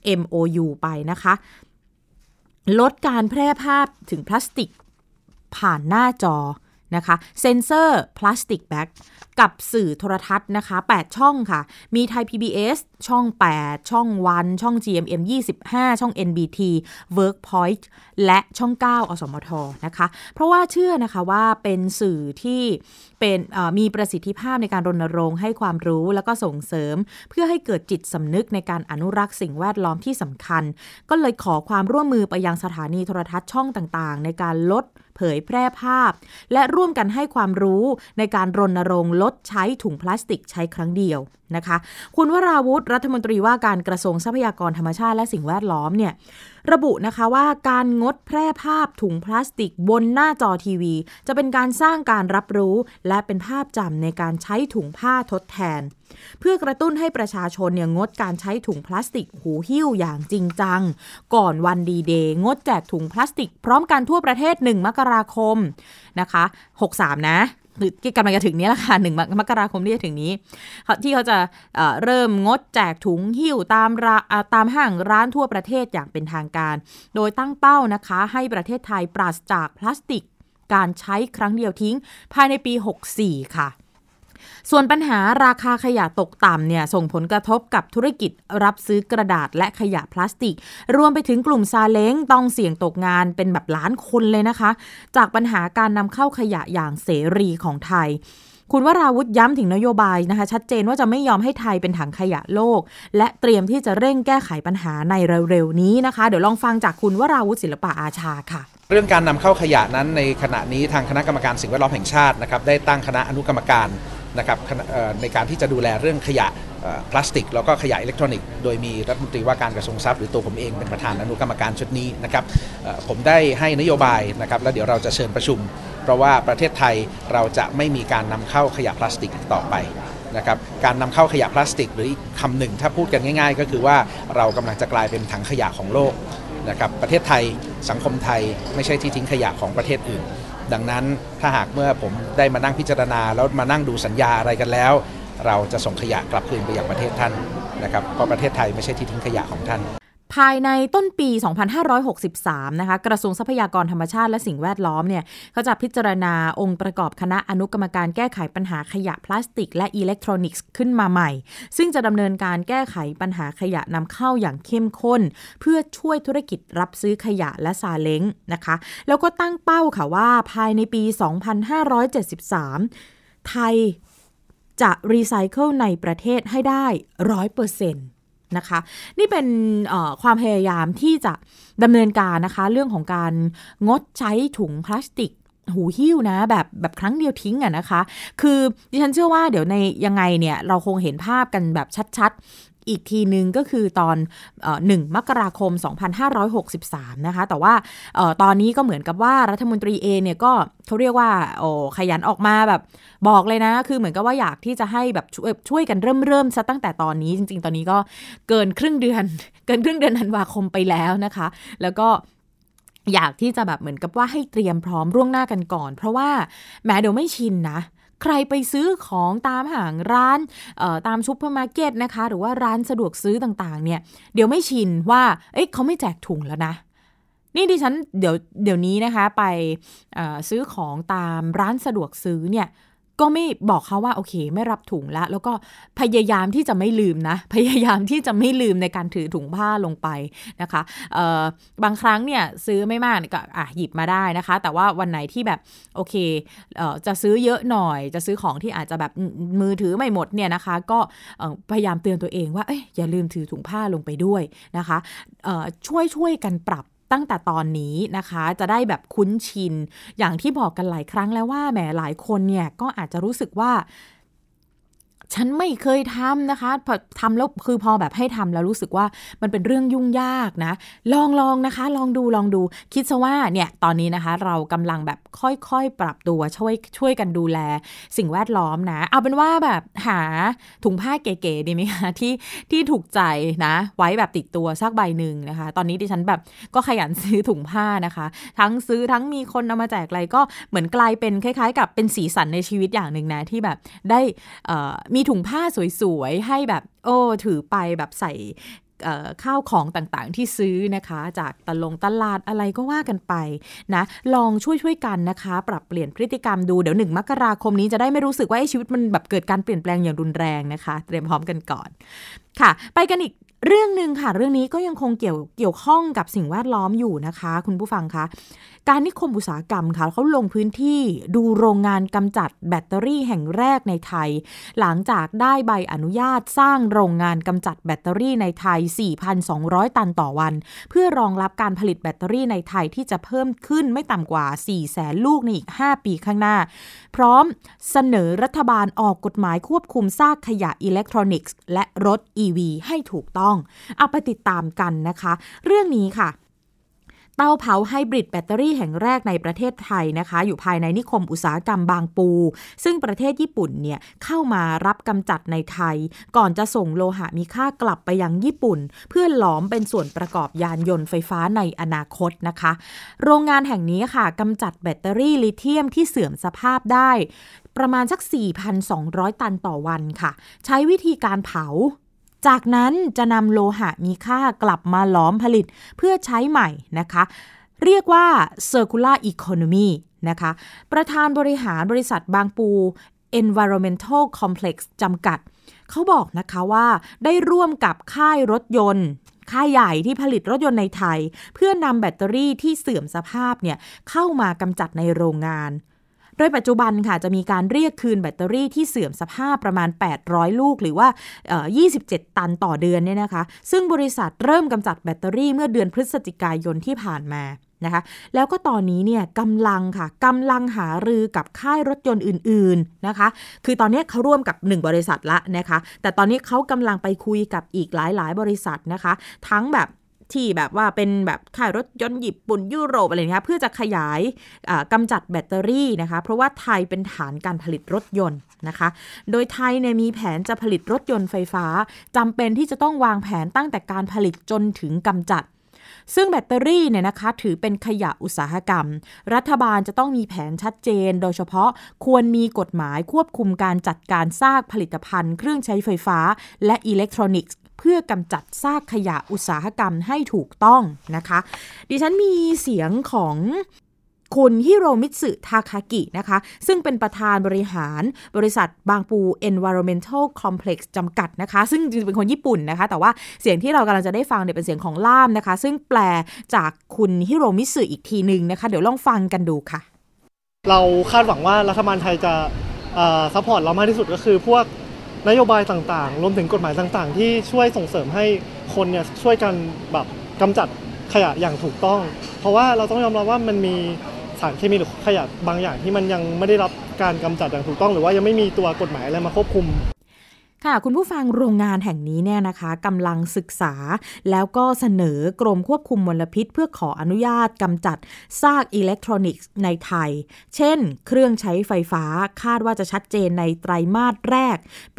MOU ไปนะคะลดการแพร่ภาพถึงพลาสติกผ่านหน้าจอนะคะเซ็นเซอร์พลาสติกแบ็กกับสื่อโทรทัศน์นะคะ8ช่องค่ะมีไทย PBS ช่อง8ช่อง1ช่อง GMM 25ช่อง NBT Workpoint และช่อง9อสมทนะคะเพราะว่าเชื่อนะคะว่าเป็นสื่อที่เป็นมีประสิทธิภาพในการรณรงค์ให้ความรู้แล้วก็ส่งเสริมเพื่อให้เกิดจิตสำนึกในการอนุรักษ์สิ่งแวดล้อมที่สำคัญก็เลยขอความร่วมมือไปยังสถานีโทรทัศน์ช่องต่างๆในการลดเผยแพร่ภาพและร่วมกันให้ความรู้ในการรณรงค์ลดใช้ถุงพลาสติกใช้ครั้งเดียวนะคะคุณวราวุฒิรัฐมนตรีว่าการกระทรวงทรัพยากรธรรมชาติและสิ่งแวดล้อมเนี่ยระบุนะคะว่าการงดแพร่ภาพถุงพลาสติกบนหน้าจอทีวีจะเป็นการสร้างการรับรู้และเป็นภาพจำในการใช้ถุงผ้าทดแทนเพื่อกระตุ้นให้ประชาชนเนี่ยงดการใช้ถุงพลาสติกหูหิ้วอย่างจริงจังก่อนวันดีเดย์งดแจกถุงพลาสติกพร้อมกันทั่วประเทศ1มกราคมนะคะ63นะหรือกำลังจะถึงนี้แหละค่ะ1มกราคมที่จะถึงนี้ที่เขาจะเริ่มงดแจกถุงหิ้วตามห้างร้านทั่วประเทศอย่างเป็นทางการโดยตั้งเป้านะคะให้ประเทศไทยปราศจากพลาสติกการใช้ครั้งเดียวทิ้งภายในปี64ค่ะส่วนปัญหาราคาขยะตกต่ำเนี่ยส่งผลกระทบกับธุรกิจรับซื้อกระดาษและขยะพลาสติกรวมไปถึงกลุ่มซาเล้งต้องเสี่ยงตกงานเป็นแบบล้านคนเลยนะคะจากปัญหาการนำเข้าขยะอย่างเสรีของไทยคุณวราวุฒิย้ำถึงนโยบายนะคะชัดเจนว่าจะไม่ยอมให้ไทยเป็นถังขยะโลกและเตรียมที่จะเร่งแก้ไขปัญหาในเร็วๆนี้นะคะเดี๋ยวลองฟังจากคุณวราวุฒิศิลปะอาชาค่ะเรื่องการนำเข้าขยะนั้นในขณะนี้ทางคณะกรรมการสิ่งแวดล้อมแห่งชาตินะครับได้ตั้งคณะอนุกรรมการนะครับในการที่จะดูแลเรื่องขยะพลาสติกแล้วก็ขยะอิเล็กทรอนิกส์โดยมีรัฐมนตรีว่าการกระทรวงทรัพย์หรือตัวผมเองเป็นประธานอนุกรรมการชุดนี้นะครับผมได้ให้นโยบายนะครับแล้วเดี๋ยวเราจะเชิญประชุมเพราะว่าประเทศไทยเราจะไม่มีการนำเข้าขยะพลาสติกต่อไปนะครับการนำเข้าขยะพลาสติกหรืออีกคำหนึ่งถ้าพูดกันง่ายๆก็คือว่าเรากำลังจะกลายเป็นถังขยะของโลกนะครับประเทศไทยสังคมไทยไม่ใช่ที่ทิ้งขยะของประเทศอื่นดังนั้นถ้าหากเมื่อผมได้มานั่งพิจารณาแล้วมานั่งดูสัญญาอะไรกันแล้วเราจะส่งขยะกลับคืนไปยังประเทศท่านนะครับเพราะประเทศไทยไม่ใช่ที่ทิ้งขยะของท่านภายในต้นปี 2563 นะคะกระทรวงทรัพยากรธรรมชาติและสิ่งแวดล้อมเนี่ยเขาจะพิจารณาองค์ประกอบคณะอนุกรรมการแก้ไขปัญหาขยะพลาสติกและอิเล็กทรอนิกส์ขึ้นมาใหม่ซึ่งจะดำเนินการแก้ไขปัญหาขยะนำเข้าอย่างเข้มข้นเพื่อช่วยธุรกิจรับซื้อขยะและซาเล้งนะคะแล้วก็ตั้งเป้าค่ะว่าภายในปี 2573 ไทยจะรีไซเคิลในประเทศให้ได้ 100%นะคะนี่เป็นความพยายามที่จะดำเนินการนะคะเรื่องของการงดใช้ถุงพลาสติกหูหิ้วนะแบบครั้งเดียวทิ้งอะนะคะคือดิฉันเชื่อว่าเดี๋ยวในยังไงเนี่ยเราคงเห็นภาพกันแบบชัดๆอีกทีนึงก็คือตอน1 มกราคม 2563 นะคะแต่ว่าตอนนี้ก็เหมือนกับว่ารัฐมนตรีเอเนี่ยก็เขาเรียกว่าขยันออกมาแบบบอกเลยนะคือเหมือนกับว่าอยากที่จะให้แบบช่วยกันเริ่มซะตั้งแต่ตอนนี้จริงๆตอนนี้ก็เกินครึ่งเดือนธันวาคมไปแล้วนะคะแล้วก็อยากที่จะแบบเหมือนกับว่าให้เตรียมพร้อมล่วงหน้ากันก่อนเพราะว่าแม้เดี๋ยวไม่ชินนะใครไปซื้อของตามห้างร้านตามซุปเปอร์มาร์เก็ตนะคะหรือว่าร้านสะดวกซื้อต่างๆเนี่ยเดี๋ยวไม่ชินว่าเขาไม่แจกถุงแล้วนะนี่ดิฉันเดี๋ยวนี้นะคะไปซื้อของตามร้านสะดวกซื้อเนี่ยก็ไม่บอกเขาว่าโอเคไม่รับถุงแล้วก็พยายามที่จะไม่ลืมนะพยายามที่จะไม่ลืมในการถือถุงผ้าลงไปนะคะบางครั้งเนี่ยซื้อไม่มากก็หยิบมาได้นะคะแต่ว่าวันไหนที่แบบโอเคจะซื้อเยอะหน่อยจะซื้อของที่อาจจะแบบมือถือไม่หมดเนี่ยนะคะก็พยายามเตือนตัวเองว่าอย่าลืมถือถุงผ้าลงไปด้วยนะคะช่วยกันปรับตั้งแต่ตอนนี้นะคะจะได้แบบคุ้นชินอย่างที่บอกกันหลายครั้งแล้วว่าแหมหลายคนเนี่ยก็อาจจะรู้สึกว่าฉันไม่เคยทำนะคะพอทำแล้วคือพอแบบให้ทำแล้วรู้สึกว่ามันเป็นเรื่องยุ่งยากนะลองนะคะลองดูคิดซะว่าเนี่ยตอนนี้นะคะเรากำลังแบบค่อยๆปรับตัวช่วยกันดูแลสิ่งแวดล้อมนะเอาเป็นว่าแบบหาถุงผ้าเก๋ๆดีไหมคะที่ถูกใจนะไว้แบบติดตัวสักใบหนึ่งนะคะตอนนี้ดิฉันแบบก็ขยันซื้อถุงผ้านะคะทั้งซื้อทั้งมีคนเอามาแจกอะไรก็เหมือนกลายเป็นคล้ายๆกับเป็นสีสันในชีวิตอย่างหนึ่งนะที่แบบได้มีถุงผ้าสวยๆให้แบบถือไปแบบใส่ข้าวของต่างๆที่ซื้อนะคะจากตลาดอะไรก็ว่ากันไปนะลองช่วยกันนะคะปรับเปลี่ยนพฤติกรรมดูเดี๋ยว1 มกราคมนี้จะได้ไม่รู้สึกว่าชีวิตมันแบบเกิดการเปลี่ยนแปลงอย่างรุนแรงนะคะเตรียมพร้อมกันก่อนค่ะไปกันอีกเรื่องนึงค่ะเรื่องนี้ก็ยังคงเกี่ยวข้องกับสิ่งแวดล้อมอยู่นะคะคุณผู้ฟังคะการนิคมอุตสาหกรรมค่ะเขาลงพื้นที่ดูโรงงานกำจัดแบตเตอรี่แห่งแรกในไทยหลังจากได้ใบอนุญาตสร้างโรงงานกำจัดแบตเตอรี่ในไทย 4,200 ตันต่อวันเพื่อรองรับการผลิตแบตเตอรี่ในไทยที่จะเพิ่มขึ้นไม่ต่ำกว่า 400,000 ลูกในอีก 5 ปีข้างหน้าพร้อมเสนอรัฐบาลออกกฎหมายควบคุมซากขยะอิเล็กทรอนิกส์และรถ EV ให้ถูกต้องเอาไปติดตามกันนะคะเรื่องนี้ค่ะเตาเผาไฮบริดแบตเตอรี่แห่งแรกในประเทศไทยนะคะอยู่ภายในนิคมอุตสาหกรรมบางปูซึ่งประเทศญี่ปุ่นเนี่ยเข้ามารับกำจัดในไทยก่อนจะส่งโลหะมีค่ากลับไปยังญี่ปุ่นเพื่อหลอมเป็นส่วนประกอบยานยนต์ไฟฟ้าในอนาคตนะคะโรงงานแห่งนี้ค่ะกำจัดแบตเตอรี่ลิเธียมที่เสื่อมสภาพได้ประมาณสัก 4,200 ตันต่อวันค่ะใช้วิธีการเผาจากนั้นจะนำโลหะมีค่ากลับมาหลอมผลิตเพื่อใช้ใหม่นะคะเรียกว่า Circular Economy นะคะประธานบริหารบริษัทบางปู Environmental Complex จำกัดเขาบอกนะคะว่าได้ร่วมกับค่ายรถยนต์ค่ายใหญ่ที่ผลิตรถยนต์ในไทยเพื่อนำแบตเตอรี่ที่เสื่อมสภาพเนี่ยเข้ามากำจัดในโรงงานโดยปัจจุบันค่ะจะมีการเรียกคืนแบตเตอรี่ที่เสื่อมสภาพประมาณ800ลูกหรือว่า27 ตันต่อเดือนเนี่ยนะคะซึ่งบริษัทเริ่มกำจัดแบตเตอรี่เมื่อเดือนพฤศจิกายนที่ผ่านมานะคะแล้วก็ตอนนี้เนี่ยกำลังหารือกับค่ายรถยนต์อื่นๆนะคะคือตอนนี้เขาร่วมกับ1บริษัทละนะคะแต่ตอนนี้เขากำลังไปคุยกับอีกหลายๆบริษัทนะคะทั้งแบบที่แบบว่าเป็นแบบค่ายรถยนต์ญี่ปุ่นยุโรปอะไรนะคะเพื่อจะขยายกำจัดแบตเตอรี่นะคะเพราะว่าไทยเป็นฐานการผลิตรถยนต์นะคะโดยไทยเนี่ยมีแผนจะผลิตรถยนต์ไฟฟ้าจำเป็นที่จะต้องวางแผนตั้งแต่การผลิตจนถึงกำจัดซึ่งแบตเตอรี่เนี่ยนะคะถือเป็นขยะอุตสาหกรรมรัฐบาลจะต้องมีแผนชัดเจนโดยเฉพาะควรมีกฎหมายควบคุมการจัดการซากผลิตภัณฑ์เครื่องใช้ไฟฟ้าและอิเล็กทรอนิกส์เพื่อกำจัดซากขยะอุตสาหกรรมให้ถูกต้องนะคะดิฉันมีเสียงของคุณฮิโรมิตสึทาคากินะคะซึ่งเป็นประธานบริหารบริษัทบางปู Environmental Complex จำกัดนะคะซึ่งจริงๆเป็นคนญี่ปุ่นนะคะแต่ว่าเสียงที่เรากำลังจะได้ฟังเนี่ยเป็นเสียงของล่ามนะคะซึ่งแปลจากคุณฮิโรมิตสึอีกทีนึงนะคะเดี๋ยวลองฟังกันดูค่ะเราคาดหวังว่ารัฐบาลไทยจะซัพพอร์ตเรามากที่สุดก็คือพวกนโยบายต่างๆรวมถึงกฎหมายต่างๆที่ช่วยส่งเสริมให้คนเนี่ยช่วยกันแบบกำจัดขยะอย่างถูกต้องเพราะว่าเราต้องยอมรับว่ามันมีสารเคมีหรือขยะบางอย่างที่มันยังไม่ได้รับการกำจัดอย่างถูกต้องหรือว่ายังไม่มีตัวกฎหมายอะไรมาควบคุมค่ะคุณผู้ฟังโรงงานแห่งนี้เนี่ยนะคะกำลังศึกษาแล้วก็เสนอกรมควบคุมมลพิษเพื่อขออนุญาตกำจัดซากอิเล็กทรอนิกส์ในไทยเช่นเครื่องใช้ไฟฟ้าคาดว่าจะชัดเจนในไตรมาสแรกปี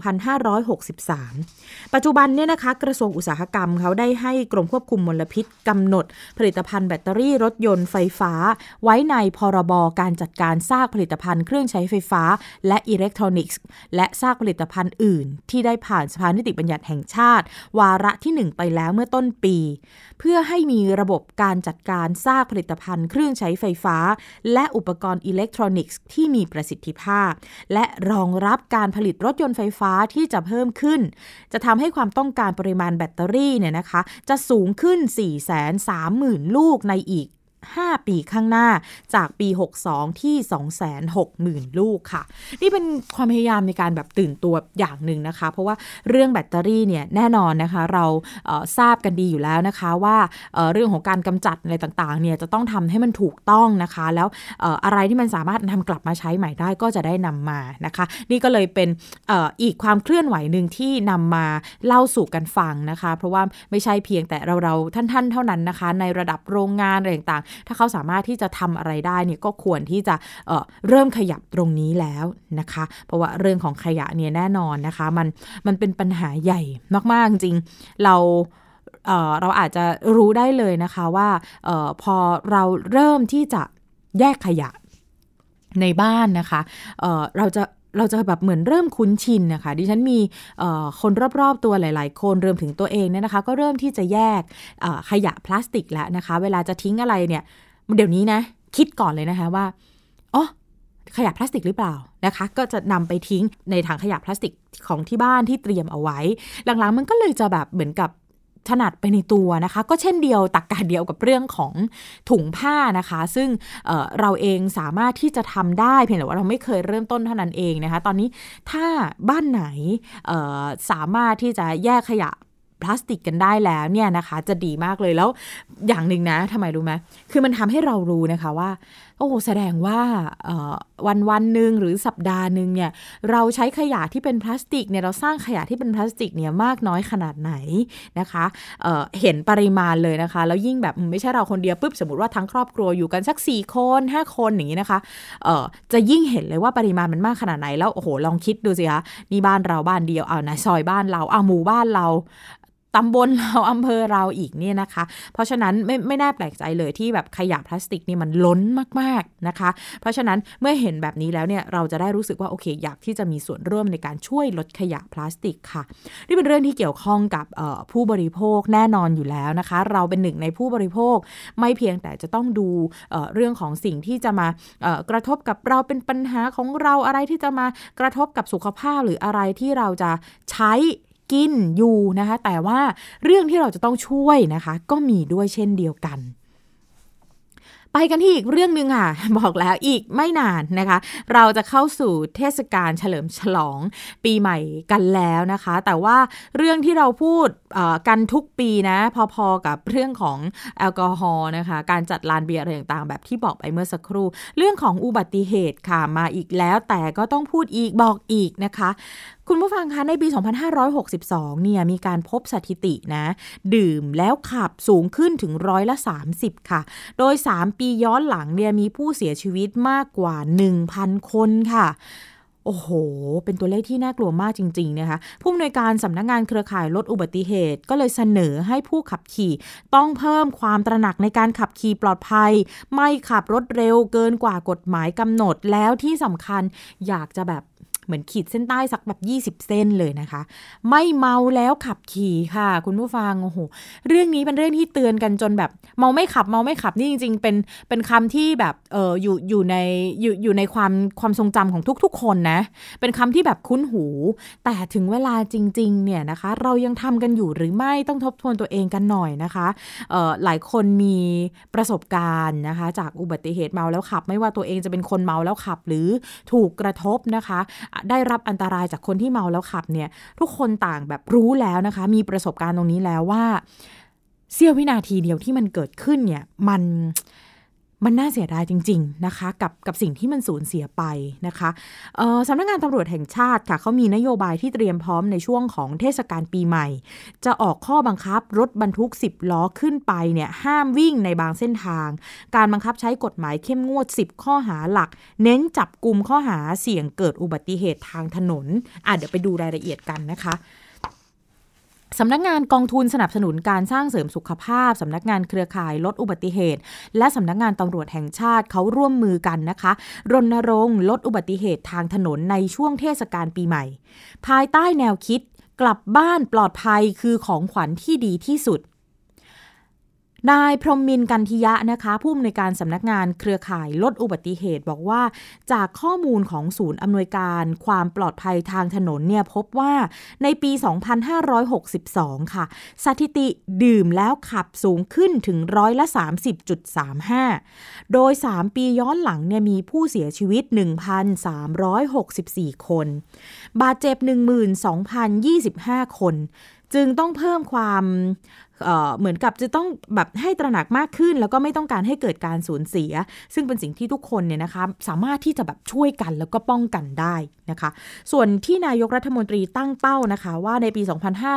2563 ปัจจุบันเนี่ยนะคะกระทรวงอุตสาหกรรมเขาได้ให้กรมควบคุมมลพิษกำหนดผลิตภัณฑ์แบตเตอรี่รถยนต์ไฟฟ้าไว้ในพรบการจัดการซากผลิตภัณฑ์เครื่องใช้ไฟฟ้าและอิเล็กทรอนิกส์และซากผลิตภัณฑ์อื่นอื่นๆที่ได้ผ่านสภานิติบัญญัติแห่งชาติวาระที่1ไปแล้วเมื่อต้นปีเพื่อให้มีระบบการจัดการซากผลิตภัณฑ์เครื่องใช้ไฟฟ้าและอุปกรณ์อิเล็กทรอนิกส์ที่มีประสิทธิภาพและรองรับการผลิตรถยนต์ไฟฟ้าที่จะเพิ่มขึ้นจะทำให้ความต้องการปริมาณแบตเตอรี่เนี่ยนะคะจะสูงขึ้น 430,000 ลูกในอีก5 ปีข้างหน้าจากปี62ที่ 260,000 ลูกค่ะนี่เป็นความพยายามในการแบบตื่นตัวอย่างหนึ่งนะคะเพราะว่าเรื่องแบตเตอรี่เนี่ยแน่นอนนะคะเราทราบกันดีอยู่แล้วนะคะว่าเรื่องของการกำจัดอะไรต่างๆเนี่ยจะต้องทำให้มันถูกต้องนะคะแล้วอะไรที่มันสามารถนำกลับมาใช้ใหม่ได้ก็จะได้นำมานะคะนี่ก็เลยเป็นอีกความเคลื่อนไหวหนึ่งที่นำมาเล่าสู่กันฟังนะคะเพราะว่าไม่ใช่เพียงแต่เราท่านๆเท่านั้นนะคะในระดับโรงงานอะไรต่างๆถ้าเขาสามารถที่จะทำอะไรได้เนี่ยก็ควรที่จะเริ่มขยับตรงนี้แล้วนะคะเพราะว่าเรื่องของขยะเนี่ยแน่นอนนะคะมันเป็นปัญหาใหญ่มากๆจริงเราอาจจะรู้ได้เลยนะคะว่าพอเราเริ่มที่จะแยกขยะในบ้านนะคะเราจะแบบเหมือนเริ่มคุ้นชินนะคะดิฉันมีคนรอบๆตัวหลายๆคนรวมถึงตัวเองเนี่ยนะคะก็เริ่มที่จะแยกขยะพลาสติกแล้วนะคะเวลาจะทิ้งอะไรเนี่ยเดี๋ยวนี้นะคิดก่อนเลยนะคะว่าขยะพลาสติกหรือเปล่านะคะก็จะนำไปทิ้งในถังขยะพลาสติกของที่บ้านที่เตรียมเอาไว้หลังๆมันก็เลยจะแบบเหมือนกับถนัดไปในตัวนะคะก็เช่นเดียวตักกะเดียวกับเรื่องของถุงผ้านะคะซึ่งเราเองสามารถที่จะทำได้เพียงแต่ว่าเราไม่เคยเริ่มต้นเท่านั้นเองนะคะตอนนี้ถ้าบ้านไหนสามารถที่จะแยกขยะพลาสติกกันได้แล้วเนี่ยนะคะจะดีมากเลยแล้วอย่างหนึ่งนะทำไมรู้ไหมคือมันทำให้เรารู้นะคะว่าโอ้แสดงว่าวันหนึ่งหรือสัปดาห์หนึ่งเนี่ยเราใช้ขยะที่เป็นพลาสติกเนี่ยเราสร้างขยะที่เป็นพลาสติกเนี่ยมากน้อยขนาดไหนนะคะเห็นปริมาณเลยนะคะแล้วยิ่งแบบไม่ใช่เราคนเดียวปุ๊บสมมติว่าทั้งครอบครัวอยู่กันสัก4 คน 5 คนอย่างนี้นะคะจะยิ่งเห็นเลยว่าปริมาณมันมากขนาดไหนแล้วโอ้โหลองคิดดูสิคะนี่บ้านเราบ้านเดียวในซอยบ้านเราหมู่บ้านเราตำบลเราอำเภอเราอีกเนี่ยนะคะเพราะฉะนั้นไม่น่าแปลกใจเลยที่แบบขยะพลาสติกนี่มันล้นมากๆนะคะเพราะฉะนั้นเมื่อเห็นแบบนี้แล้วเนี่ยเราจะได้รู้สึกว่าโอเคอยากที่จะมีส่วนร่วมในการช่วยลดขยะพลาสติกค่ะนี่เป็นเรื่องที่เกี่ยวข้องกับผู้บริโภคแน่นอนอยู่แล้วนะคะเราเป็นหนึ่งในผู้บริโภคไม่เพียงแต่จะต้องดูเรื่องของสิ่งที่จะมากระทบกับเราเป็นปัญหาของเราอะไรที่จะมากระทบกับสุขภาพหรืออะไรที่เราจะใช้กินอยู่นะคะแต่ว่าเรื่องที่เราจะต้องช่วยนะคะก็มีด้วยเช่นเดียวกันไปกันที่อีกเรื่องนึงค่ะบอกแล้วอีกไม่นานนะคะเราจะเข้าสู่เทศกาลเฉลิมฉลองปีใหม่กันแล้วนะคะแต่ว่าเรื่องที่เราพูดกันทุกปีนะพอๆกับเรื่องของแอลกอฮอล์นะคะการจัดลานเบียร์อะไรต่างๆแบบที่บอกไปเมื่อสักครู่เรื่องของอุบัติเหตุค่ะมาอีกแล้วแต่ก็ต้องพูดอีกบอกอีกนะคะคุณผู้ฟังคะในปี 2562 เนี่ยมีการพบสถิตินะดื่มแล้วขับสูงขึ้นถึง30%ค่ะโดย3 ปีย้อนหลังเนี่ยมีผู้เสียชีวิตมากกว่า 1,000 คนค่ะโอ้โหเป็นตัวเลขที่น่ากลัวมากจริงๆนะคะผู้อำนวยการสำนักงานเครือข่ายลดอุบัติเหตุก็เลยเสนอให้ผู้ขับขี่ต้องเพิ่มความตระหนักในการขับขี่ปลอดภัยไม่ขับรถเร็วเกินกว่ากฎหมายกำหนดแล้วที่สำคัญอยากจะแบบเหมือนขีดเส้นใต้สักแบบ20 เส้นเลยนะคะไม่เมาแล้วขับขี่ค่ะคุณผู้ฟังโอ้โหเรื่องนี้เป็นเรื่องที่เตือนกันจนแบบเมาไม่ขับนี่จริงๆเป็นคำที่แบบอยู่ในความทรงจำของทุกๆคนนะเป็นคำที่แบบคุ้นหูแต่ถึงเวลาจริงๆเนี่ยนะคะเรายังทำกันอยู่หรือไม่ต้องทบทวนตัวเองกันหน่อยนะคะหลายคนมีประสบการณ์นะคะจากอุบัติเหตุเมาแล้วขับไม่ว่าตัวเองจะเป็นคนเมาแล้วขับหรือถูกกระทบนะคะได้รับอันตรายจากคนที่เมาแล้วขับเนี่ยทุกคนต่างแบบรู้แล้วนะคะมีประสบการณ์ตรงนี้แล้วว่าเสี้ยววินาทีเดียวที่มันเกิดขึ้นเนี่ยมันน่าเสียดายจริงๆนะคะกับสิ่งที่มันสูญเสียไปนะคะสำนักงานตำรวจแห่งชาติค่ะเขามีนโยบายที่เตรียมพร้อมในช่วงของเทศกาลปีใหม่จะออกข้อบังคับรถบรรทุก10 ล้อขึ้นไปเนี่ยห้ามวิ่งในบางเส้นทางการบังคับใช้กฎหมายเข้มงวด10 ข้อหาหลักเน้นจับกุมข้อหาเสี่ยงเกิดอุบัติเหตุทางถนนเดี๋ยวไปดูรายละเอียดกันนะคะสำนักงานกองทุนสนับสนุนการสร้างเสริมสุขภาพสำนักงานเครือข่ายลดอุบัติเหตุและสำนักงานตำรวจแห่งชาติเขาร่วมมือกันนะคะรณรงค์ลดอุบัติเหตุทางถนนในช่วงเทศกาลปีใหม่ภายใต้แนวคิดกลับบ้านปลอดภัยคือของขวัญที่ดีที่สุดนายพรหมินทร์กันทิยะนะคะผู้อำนวยการสำนักงานเครือข่ายลดอุบัติเหตุบอกว่าจากข้อมูลของศูนย์อำนวยการความปลอดภัยทางถนนเนี่ยพบว่าในปี 2562 ค่ะสถิติดื่มแล้วขับสูงขึ้นถึง30.35%โดย3ปีย้อนหลังเนี่ยมีผู้เสียชีวิต 1,364 คนบาดเจ็บ 12,025 คนจึงต้องเพิ่มความเหมือนกับจะต้องแบบให้ตระหนักมากขึ้นแล้วก็ไม่ต้องการให้เกิดการสูญเสียซึ่งเป็นสิ่งที่ทุกคนเนี่ยนะคะสามารถที่จะแบบช่วยกันแล้วก็ป้องกันได้นะคะส่วนที่นายกรัฐมนตรีตั้งเป้านะคะว่าในปี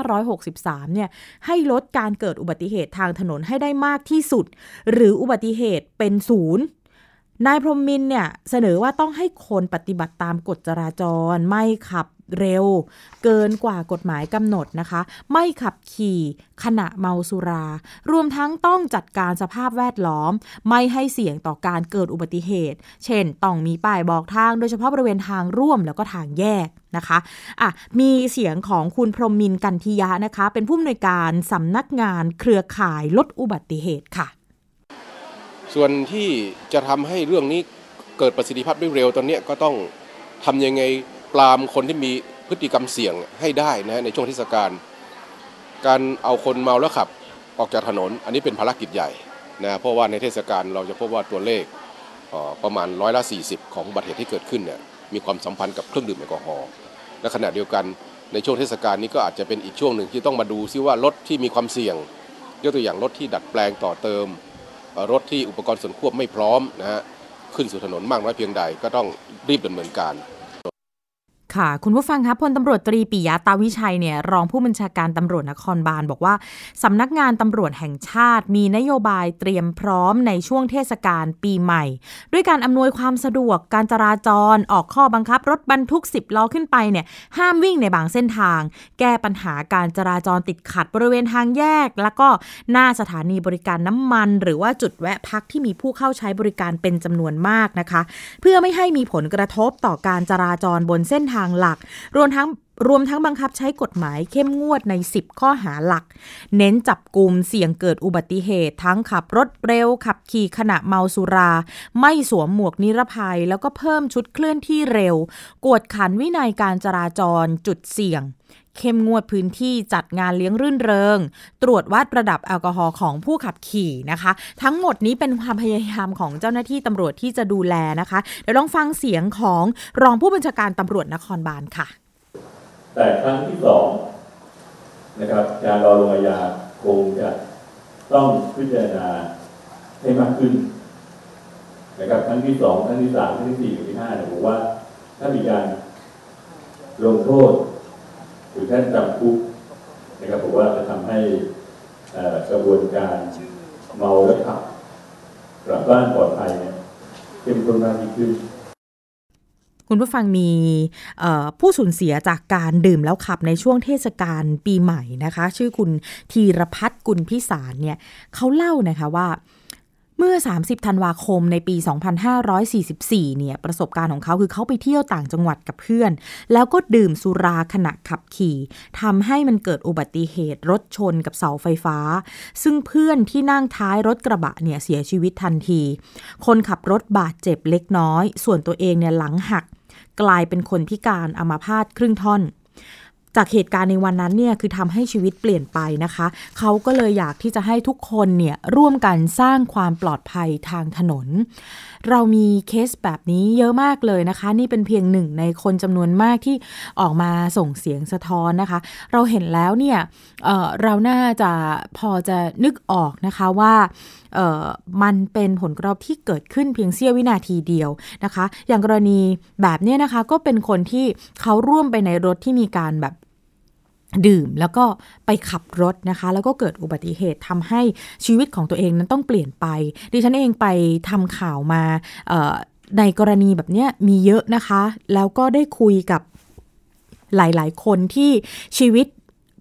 2563 เนี่ยให้ลดการเกิดอุบัติเหตุทางถนนให้ได้มากที่สุดหรืออุบัติเหตุเป็นศูนย์นายพรหมินทร์เนี่ยเสนอว่าต้องให้คนปฏิบัติตามกฎจราจรไม่ขับเร็วเกินกว่ากฎหมายกำหนดนะคะไม่ขับขี่ขณะเมาสุรารวมทั้งต้องจัดการสภาพแวดล้อมไม่ให้เสี่ยงต่อการเกิดอุบัติเหตุเช่นต้องมีป้ายบอกทางโดยเฉพาะบริเวณทางร่วมแล้วก็ทางแยกนะคะมีเสียงของคุณพรหมินทร์กันทิยะนะคะเป็นผู้อำนวยการสำนักงานเครือข่ายลดอุบัติเหตุค่ะส่วนที่จะทำให้เรื่องนี้เกิดประสิทธิภาพได้เร็วตอนนี้ก็ต้องทำยังไงปรามคนที่มีพฤติกรรมเสี่ยงให้ได้นะในช่วงเทศกาลการเอาคนเมาแล้วขับออกจากถนนอันนี้เป็นภารกิจใหญ่นะเพราะว่าในเทศกาลเราจะพบว่าตัวเลขประมาณ40%ของอุบัติเหตุที่เกิดขึ้นเนี่ยมีความสัมพันธ์กับเครื่องดื่มแอลกอฮอล์และขณะเดียวกันในช่วงเทศกาลนี้ก็อาจจะเป็นอีกช่วงหนึ่งที่ต้องมาดูซิว่ารถที่มีความเสี่ยงยกตัวอย่างรถที่ดัดแปลงต่อเติมรถที่อุปกรณ์ส่วนควบไม่พร้อมนะฮะขึ้นสู่ถนนมากน้อยเพียงใดก็ต้องรีบดำเนินการค่ะคุณผู้ฟังครับพลตำรวจตรีปิยะตาวิชัยเนี่ยรองผู้บัญชาการตำรวจนครบาลบอกว่าสำนักงานตำรวจแห่งชาติมีนโยบายเตรียมพร้อมในช่วงเทศกาลปีใหม่ด้วยการอำนวยความสะดวกการจราจรออกข้อบังคับรถบรรทุก10ล้อขึ้นไปเนี่ยห้ามวิ่งในบางเส้นทางแก้ปัญหาการจราจรติดขัดบริเวณทางแยกแล้วก็หน้าสถานีบริการน้ำมันหรือว่าจุดแวะพักที่มีผู้เข้าใช้บริการเป็นจำนวนมากนะคะเพื่อไม่ให้มีผลกระทบต่อการจราจรบนเส้นทางหลักรวมทั้งบังคับใช้กฎหมายเข้มงวดใน10ข้อหาหลักเน้นจับกุมเสี่ยงเกิดอุบัติเหตุทั้งขับรถเร็วขับขี่ขณะเมาสุราไม่สวมหมวกนิรภัยแล้วก็เพิ่มชุดเคลื่อนที่เร็วกวดขันวินัยการจราจรจุดเสี่ยงเข้มงวดพื้นที่จัดงานเลี้ยงรื่นเริงตรวจวัดระดับแอลกอฮอล์ของผู้ขับขี่นะคะทั้งหมดนี้เป็นความพยายามของเจ้าหน้าที่ตำรวจที่จะดูแลนะคะเดี๋ยวลองฟังเสียงของรองผู้บัญชาการตำรวจนครบาลค่ะแต่ครั้งที่2นะครับการรอลงอาญาคงจะต้องพิจารณาให้มากขึ้นนะครับครั้งที่2ครั้งที่3ครั้งที่4ครั้งที่5เนี่ยผมว่าถ้ามีการลงโทษหรือแค่จำคุกนะครับผมว่าจะทำให้กระบวนการเมาแล้วขับกลับบ้านปลอดภัยเนี่ยเข้มข้นมากยิ่งขึ้นคุณผู้ฟังมีผู้สูญเสียจากการดื่มแล้วขับในช่วงเทศกาลปีใหม่นะคะชื่อคุณธีรพัฒน์กุลพิสารเนี่ยเขาเล่านะคะว่าเมื่อ30ธันวาคมในปี2544เนี่ยประสบการณ์ของเขาคือเขาไปเที่ยวต่างจังหวัดกับเพื่อนแล้วก็ดื่มสุราขณะขับขี่ทำให้มันเกิดอุบัติเหตุรถชนกับเสาไฟฟ้าซึ่งเพื่อนที่นั่งท้ายรถกระบะเนี่ยเสียชีวิตทันทีคนขับรถบาดเจ็บเล็กน้อยส่วนตัวเองเนี่ยหลังหักกลายเป็นคนพิการอัมพาตครึ่งท่อนจากเหตุการณ์ในวันนั้นเนี่ยคือทำให้ชีวิตเปลี่ยนไปนะคะเขาก็เลยอยากที่จะให้ทุกคนเนี่ยร่วมกันสร้างความปลอดภัยทางถนนเรามีเคสแบบนี้เยอะมากเลยนะคะนี่เป็นเพียงหนึ่งในคนจำนวนมากที่ออกมาส่งเสียงสะท้อนนะคะเราเห็นแล้วเนี่ยเราน่าจะพอจะนึกออกนะคะว่ามันเป็นผลกระทบที่เกิดขึ้นเพียงเสี้ยววินาทีเดียวนะคะอย่างกรณีแบบนี้นะคะก็เป็นคนที่เขาร่วมไปในรถที่มีการแบบดื่มแล้วก็ไปขับรถนะคะแล้วก็เกิดอุบัติเหตุทำให้ชีวิตของตัวเองนั้นต้องเปลี่ยนไปดิฉันเองไปทำข่าวมาในกรณีแบบนี้มีเยอะนะคะแล้วก็ได้คุยกับหลายๆคนที่ชีวิต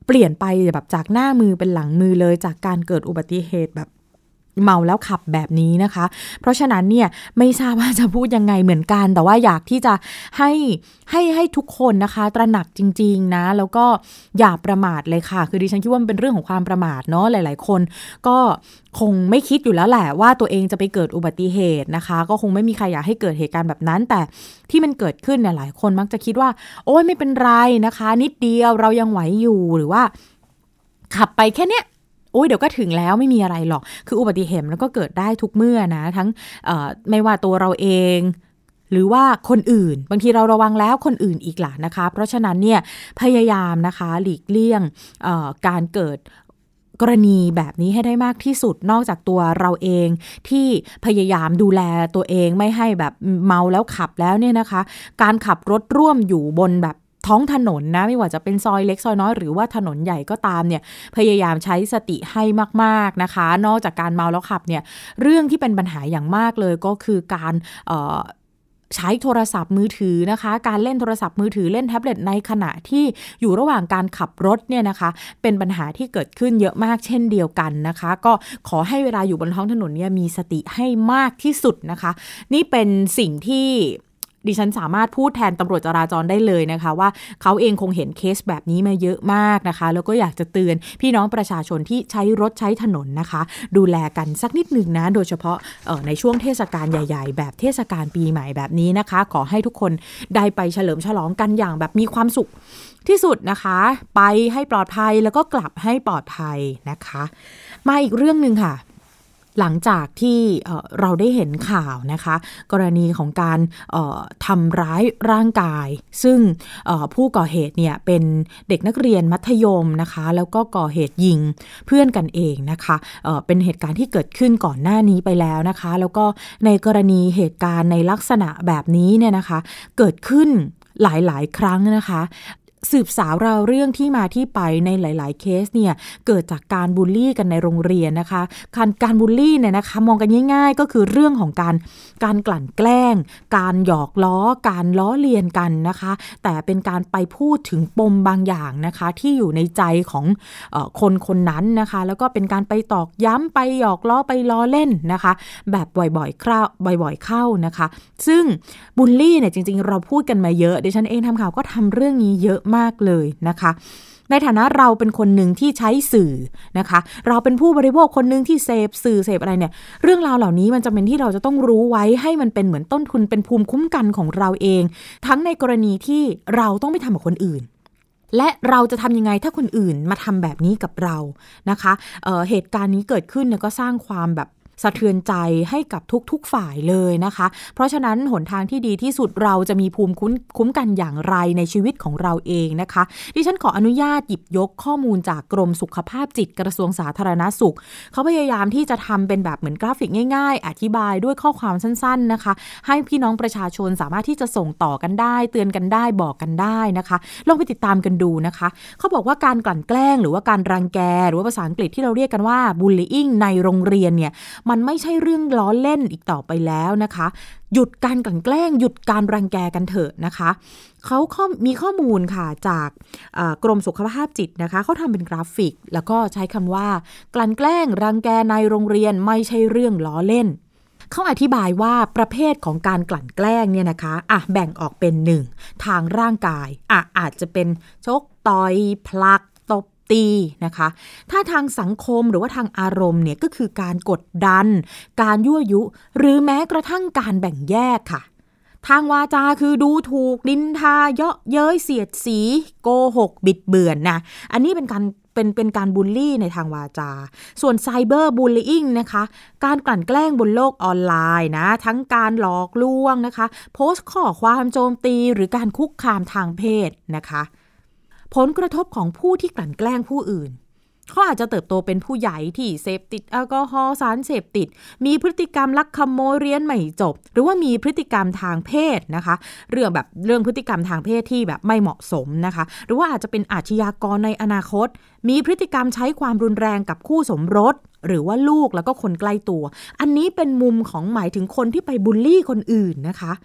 เปลี่ยนไปแบบจากหน้ามือเป็นหลังมือเลยจากการเกิดอุบัติเหตุแบบเมาแล้วขับแบบนี้นะคะเพราะฉะนั้นเนี่ยไม่ทราบว่าจะพูดยังไงเหมือนกันแต่ว่าอยากที่จะให้ทุกคนนะคะตระหนักจริงๆนะแล้วก็อย่าประมาทเลยค่ะคือดิฉันคิดว่ามันเป็นเรื่องของความประมาทเนาะหลายๆคนก็คงไม่คิดอยู่แล้วแหละว่าตัวเองจะไปเกิดอุบัติเหตุนะคะก็คงไม่มีใครอยากให้เกิดเหตุการณ์แบบนั้นแต่ที่มันเกิดขึ้นเนี่ยหลายคนมักจะคิดว่าโอ๊ยไม่เป็นไรนะคะนิดเดียวเรายังไหวอยู่หรือว่าขับไปแค่เนี้ยโอ้ยเดี๋ยวก็ถึงแล้วไม่มีอะไรหรอกคืออุบัติเหตุมันก็เกิดได้ทุกเมื่อนะทั้งไม่ว่าตัวเราเองหรือว่าคนอื่นบางทีเราระวังแล้วคนอื่นอีกล่ะนะคะเพราะฉะนั้นเนี่ยพยายามนะคะหลีกเลี่ยงการเกิดกรณีแบบนี้ให้ได้มากที่สุดนอกจากตัวเราเองที่พยายามดูแลตัวเองไม่ให้แบบเมาแล้วขับแล้วเนี่ยนะคะการขับรถร่วมอยู่บนแบบท้องถนนนะไม่ว่าจะเป็นซอยเล็กซอยน้อยหรือว่าถนนใหญ่ก็ตามเนี่ยพยายามใช้สติให้มากๆนะคะนอกจากการเมาแล้วขับเนี่ยเรื่องที่เป็นปัญหาอย่างมากเลยก็คือการใช้โทรศัพท์มือถือนะคะการเล่นโทรศัพท์มือถือเล่นแท็บเล็ตในขณะที่อยู่ระหว่างการขับรถเนี่ยนะคะเป็นปัญหาที่เกิดขึ้นเยอะมากเช่นเดียวกันนะคะก็ขอให้เวลาอยู่บนท้องถนนเนี่ยมีสติให้มากที่สุดนะคะนี่เป็นสิ่งที่ดิฉันสามารถพูดแทนตำรวจจราจรได้เลยนะคะว่าเขาเองคงเห็นเคสแบบนี้มาเยอะมากนะคะแล้วก็อยากจะเตือนพี่น้องประชาชนที่ใช้รถใช้ถนนนะคะดูแลกันสักนิดหนึ่งนะโดยเฉพาะในช่วงเทศกาลใหญ่ๆแบบเทศกาลปีใหม่แบบนี้นะคะขอให้ทุกคนได้ไปเฉลิมฉลองกันอย่างแบบมีความสุขที่สุดนะคะไปให้ปลอดภัยแล้วก็กลับให้ปลอดภัยนะคะมาอีกเรื่องนึงค่ะหลังจากที่เราได้เห็นข่าวนะคะกรณีของการทำร้ายร่างกายซึ่งผู้ก่อเหตุเนี่ยเป็นเด็กนักเรียนมัธยมนะคะแล้วก็ก่อเหตุยิงเพื่อนกันเองนะคะเป็นเหตุการณ์ที่เกิดขึ้นก่อนหน้านี้ไปแล้วนะคะแล้วก็ในกรณีเหตุการณ์ในลักษณะแบบนี้เนี่ยนะคะเกิดขึ้นหลายๆครั้งนะคะสืบสาวราวเรื่องที่มาที่ไปในหลายๆเคสเนี่ยเกิดจากการบูลลี่กันในโรงเรียนนะคะการบูลลี่เนี่ยนะคะมองกันง่ายๆก็คือเรื่องของการกลั่นแกล้งการหยอกล้อการล้อเลียนกันนะคะแต่เป็นการไปพูดถึงปมบางอย่างนะคะที่อยู่ในใจของคนคนนั้นนะคะแล้วก็เป็นการไปตอกย้ำไปหยอกล้อไปล้อเล่นนะคะแบบบ่อยๆเข้านะคะซึ่งบูลลี่เนี่ยจริงๆเราพูดกันมาเยอะดิฉันเองทำข่าวก็ทำเรื่องนี้เยอะมากเลยนะคะในฐานะเราเป็นคนหนึ่งที่ใช้สื่อนะคะเราเป็นผู้บริโภคคนหนึ่งที่เสพสื่อเสพอะไรเนี่ยเรื่องราวเหล่านี้มันจะเป็นที่เราจะต้องรู้ไว้ให้มันเป็นเหมือนต้นทุนเป็นภูมิคุ้มกันของเราเองทั้งในกรณีที่เราต้องไม่ทำกับคนอื่นและเราจะทำยังไงถ้าคนอื่นมาทำแบบนี้กับเรานะคะเหตุการณ์นี้เกิดขึ้นเนี่ยก็สร้างความแบบสะเทือนใจให้กับทุกฝ่ายเลยนะคะเพราะฉะนั้นหนทางที่ดีที่สุดเราจะมีภูมิคุ้มกันอย่างไรในชีวิตของเราเองนะคะดิฉันขออนุญาตหยิบยกข้อมูลจากกรมสุขภาพจิตกระทรวงสาธารณสุขเขาพยายามที่จะทำเป็นแบบเหมือนกราฟิกง่ายๆอธิบายด้วยข้อความสั้นๆนะคะให้พี่น้องประชาชนสามารถที่จะส่งต่อกันได้เตือนกันได้บอกกันได้นะคะลองไปติดตามกันดูนะคะเขาบอกว่าการกลั่นแกล้งหรือว่าการรังแกหรือว่าภาษาอังกฤษที่เราเรียกกันว่า bullying ในโรงเรียนเนี่ยมันไม่ใช่เรื่องล้อเล่นอีกต่อไปแล้วนะคะหยุดการกลั่นแกล้งหยุดการรังแกกันเถอะนะคะเขามีข้อมูลค่ะจากกรมสุขภาพจิตนะคะเขาทำเป็นกราฟิกแล้วก็ใช้คำว่ากลั่นแกล้งรังแกในโรงเรียนไม่ใช่เรื่องล้อเล่นเขาอธิบายว่าประเภทของการกลั่นแกล้งเนี่ยนะคะแบ่งออกเป็น1ทางร่างกายอาจจะเป็นชกต่อยผลักตบตีนะคะถ้าทางสังคมหรือว่าทางอารมณ์เนี่ยก็คือการกดดันการยั่วยุหรือแม้กระทั่งการแบ่งแยกค่ะทางวาจาคือดูถูกนินทาเยาะเย้ยเสียดสีโกหกบิดเบือนนะอันนี้เป็นการบูลลี่ในทางวาจาส่วนไซเบอร์บูลลี่อิงนะคะการกลั่นแกล้งบนโลกออนไลน์นะทั้งการหลอกลวงนะคะโพสต์ข้อความโจมตีหรือการคุกคามทางเพศนะคะผลกระทบของผู้ที่กลั่นแกล้งผู้อื่นเขาอาจจะเติบโตเป็นผู้ใหญ่ที่เสพติดแอลกอฮอล์สารเสพติดมีพฤติกรรมลักขโมยเรียนไม่จบหรือว่ามีพฤติกรรมทางเพศนะคะเรื่องพฤติกรรมทางเพศที่แบบไม่เหมาะสมนะคะหรือว่าอาจจะเป็นอาชญากรในอนาคตมีพฤติกรรมใช้ความรุนแรงกับคู่สมรสหรือว่าลูกแล้วก็คนใกล้ตัวอันนี้เป็นมุมของหมายถึงคนที่ไปบูลลี่คนอื่นนะคะ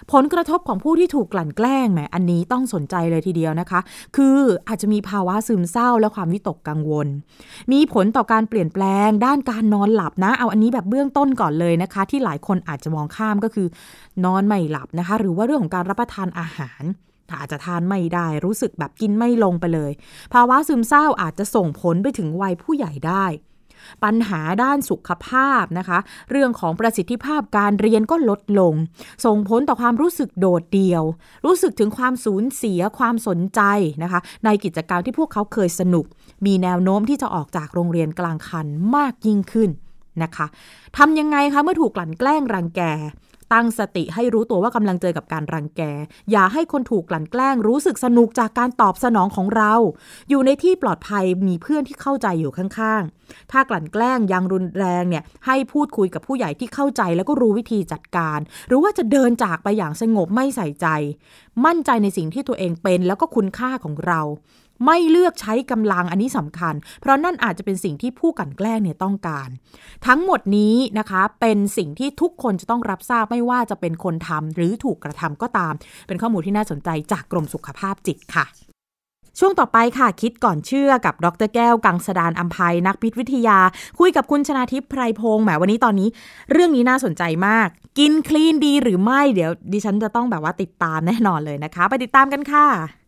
ผลกระทบของผู้ที่ถูกกลั่นแกล้งแหมอันนี้ต้องสนใจเลยทีเดียวนะคะคืออาจจะมีภาวะซึมเศร้าและความวิตกกังวลมีผลต่อการเปลี่ยนแปลงด้านการนอนหลับนะเอาอันนี้แบบเบื้องต้นก่อนเลยนะคะที่หลายคนอาจจะมองข้ามก็คือนอนไม่หลับนะคะหรือว่าเรื่องของการรับประทานอาหารอาจจะทานไม่ได้รู้สึกแบบกินไม่ลงไปเลยภาวะซึมเศร้าอาจจะส่งผลไปถึงวัยผู้ใหญ่ได้ปัญหาด้านสุขภาพนะคะเรื่องของประสิทธิภาพการเรียนก็ลดลงส่งผลต่อความรู้สึกโดดเดี่ยวรู้สึกถึงความสูญเสียความสนใจนะคะในกิจกรรมที่พวกเขาเคยสนุกมีแนวโน้มที่จะออกจากโรงเรียนกลางคันมากยิ่งขึ้นนะคะทำยังไงคะเมื่อถูกกลั่นแกล้งรังแกตั้งสติให้รู้ตัวว่ากำลังเจอกับการรังแกอย่าให้คนถูกกลั่นแกล้งรู้สึกสนุกจากการตอบสนองของเราอยู่ในที่ปลอดภัยมีเพื่อนที่เข้าใจอยู่ข้างๆถ้ากลั่นแกล้งยังรุนแรงเนี่ยให้พูดคุยกับผู้ใหญ่ที่เข้าใจแล้วก็รู้วิธีจัดการหรือว่าจะเดินจากไปอย่างสงบไม่ใส่ใจมั่นใจในสิ่งที่ตัวเองเป็นแล้วก็คุณค่าของเราไม่เลือกใช้กำลังอันนี้สำคัญเพราะนั่นอาจจะเป็นสิ่งที่ผู้กลั่นแกล้งเนี่ยต้องการทั้งหมดนี้นะคะเป็นสิ่งที่ทุกคนจะต้องรับทราบไม่ว่าจะเป็นคนทำหรือถูกกระทำก็ตามเป็นข้อมูลที่น่าสนใจจากกรมสุขภาพจิตค่ะช่วงต่อไปค่ะคิดก่อนเชื่อกับดร.แก้วกังสดาลอำไพนักพิษวิทยาคุยกับคุณชนาทิพย์ไพรพงษ์แหมวันนี้ตอนนี้เรื่องนี้น่าสนใจมากกินคลีนดีหรือไม่เดี๋ยวดิฉันจะต้องแบบว่าติดตามแน่นอนเลยนะคะไปติดตามกันค่ะ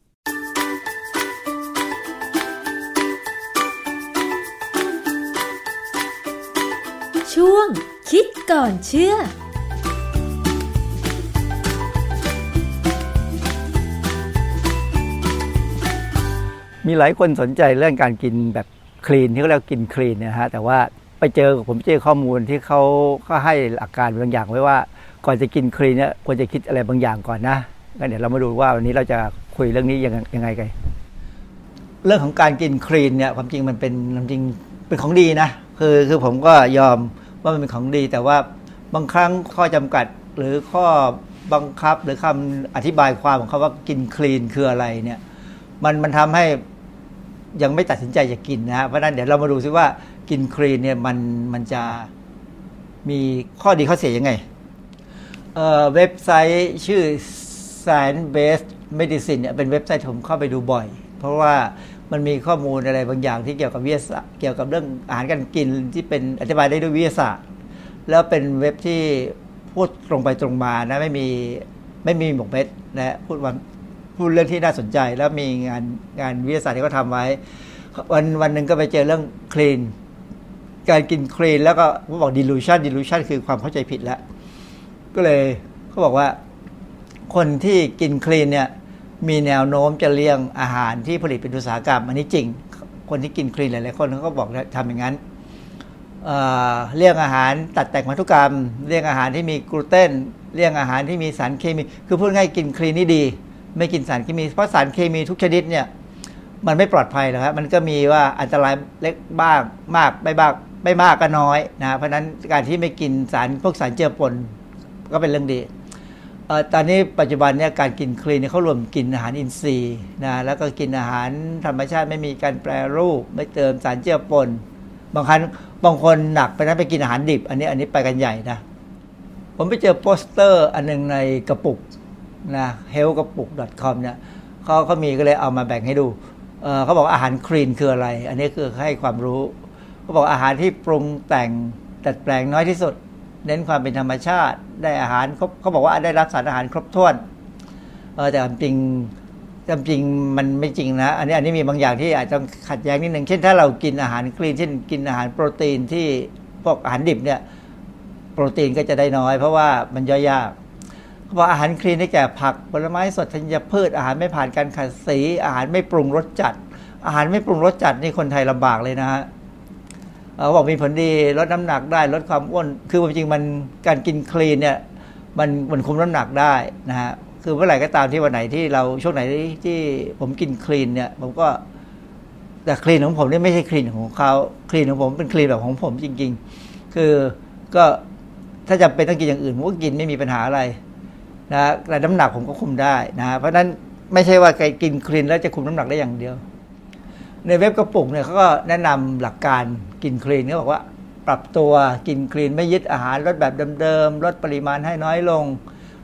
ช่วงคิดก่อนเชื่อมีหลายคนสนใจเรื่องการกินแบบคลีนที่เขาเรียกกินคลีนนะฮะแต่ว่าผมเจอข้อมูลที่เขาให้หลักการบางอย่างไว้ว่าก่อนจะกินคลีนเนี่ยควรจะคิดอะไรบางอย่างก่อนนะงั้นเดี๋ยวเรามาดูว่าวันนี้เราจะคุยเรื่องนี้ยังไงกันเรื่องของการกินคลีนเนี่ยความจริงมันเป็นของดีนะคือผมก็ยอมว่ามันเป็นของดีแต่ว่าบางครั้งข้อจำกัดหรือข้อบังคับหรือคำอธิบายความของเขาว่ากินคลีนคืออะไรเนี่ยมันทำให้ยังไม่ตัดสินใจจะกินนะเพราะนั้นเดี๋ยวเรามาดูซิว่ากินคลีนเนี่ยมันจะมีข้อดีข้อเสียยังไงเว็บไซต์ชื่อ Science Based Medicine เนี่ยเป็นเว็บไซต์ผมเข้าไปดูบ่อยเพราะว่ามันมีข้อมูลอะไรบางอย่างที่เกี่ยวกับวิทยาศาสตร์เกี่ยวกับเรื่องอาหารการกินที่เป็นอธิบายได้ด้วยวิทยาศาสตร์แล้วเป็นเว็บที่พูดตรงไปตรงมานะไม่มีหมกเม็ดนะพูดเรื่องที่น่าสนใจแล้วมีงานวิทยาศาสตร์ที่เขาทำไว้วันหนึ่งก็ไปเจอเรื่องคลีนการกินคลีนแล้วก็เขาบอก delusion คือความเข้าใจผิดแล้วก็เลยเขาบอกว่าคนที่กินคลีนเนี่ยมีแนวโน้มจะเลี่ยงอาหารที่ผลิตเป็นอุตสาหกรรมอันนี้จริงคนที่กินคลีนหลายๆคนเขาก็บอกทำอย่างนั้นเลี่ยงอาหารตัดแต่งพันธุกรรมเลี่ยงอาหารที่มีกลูเตนเลี่ยงอาหารที่มีสารเคมีคือพูดง่ายกินคลีนนี่ดีไม่กินสารเคมีเพราะสารเคมีทุกชนิดเนี่ยมันไม่ปลอดภัยหรอกครับมันก็มีว่าอันตรายเล็กบ้างมากไม่มากก็น้อยนะเพราะฉะนั้นการที่ไม่กินพวกสารเจือปนก็เป็นเรื่องดีตอนนี้ปัจจุบันเนี่ยการกินคลีนเขารวมกินอาหารอินทรีย์นะแล้วก็กินอาหารธรรมชาติไม่มีการแปรรูปไม่เติมสารเจือปนบางคนหนักไปนั้นไปกินอาหารดิบอันนี้ไปกันใหญ่นะผมไปเจอโปสเตอร์อันนึงในกระปุกนะ healthgapuk.com เนี่ยเขามีก็เลยเอามาแบ่งให้ดูเขาบอกอาหารคลีนคืออะไรอันนี้คือให้ความรู้เขาบอกอาหารที่ปรุงแต่งดัดแปลงน้อยที่สุดเน้นความเป็นธรรมชาติได้อาหารเขาบอกว่าได้รับสารอาหารครบถ้วนแต่จริงมันไม่จริงนะอันนี้มีบางอย่างที่อาจจะขัดแย้งนิดนึงเช่นถ้าเรากินอาหารคลีนเช่นกินอาหารโปรตีนที่พวกอาหารดิบเนี่ยโปรตีนก็จะได้น้อยเพราะว่ามันย่อยยากเขาบอกอาหารคลีนได้แก่ผักผลไม้สดธัญพืชอาหารไม่ผ่านการขัดสีอาหารไม่ปรุงรสจัดอาหารไม่ปรุงรสจัดนี่คนไทยลำบากเลยนะฮะเขาบอกมีผลดีลดน้ำหนักได้ลดความอ้วนคือจริงๆมันการกินคลีนเนี่ยมันคุมน้ำหนักได้นะฮะคือเมื่อไหร่ก็ตามที่วันไหนที่เราช่วงไหนที่ผมกินคลีนเนี่ยผมก็แต่คลีนของผมนี่ไม่ใช่คลีนของเขาคลีนของผมเป็นคลีนแบบของผมจริงๆคือก็ถ้าจำเป็นต้องกินอย่างอื่นผมก็กินไม่มีปัญหาอะไรนะแต่น้ำหนักผมก็คุมได้นะเพราะฉะนั้นไม่ใช่ว่ากินคลีนแล้วจะคุมน้ำหนักได้อย่างเดียวในเว็บกระปุกเนี่ยเขาก็แนะนำหลักการกินคลีนเขาบอกว่าปรับตัวกินคลีนไม่ยึดอาหารลดแบบเดิมๆลดปริมาณให้น้อยลง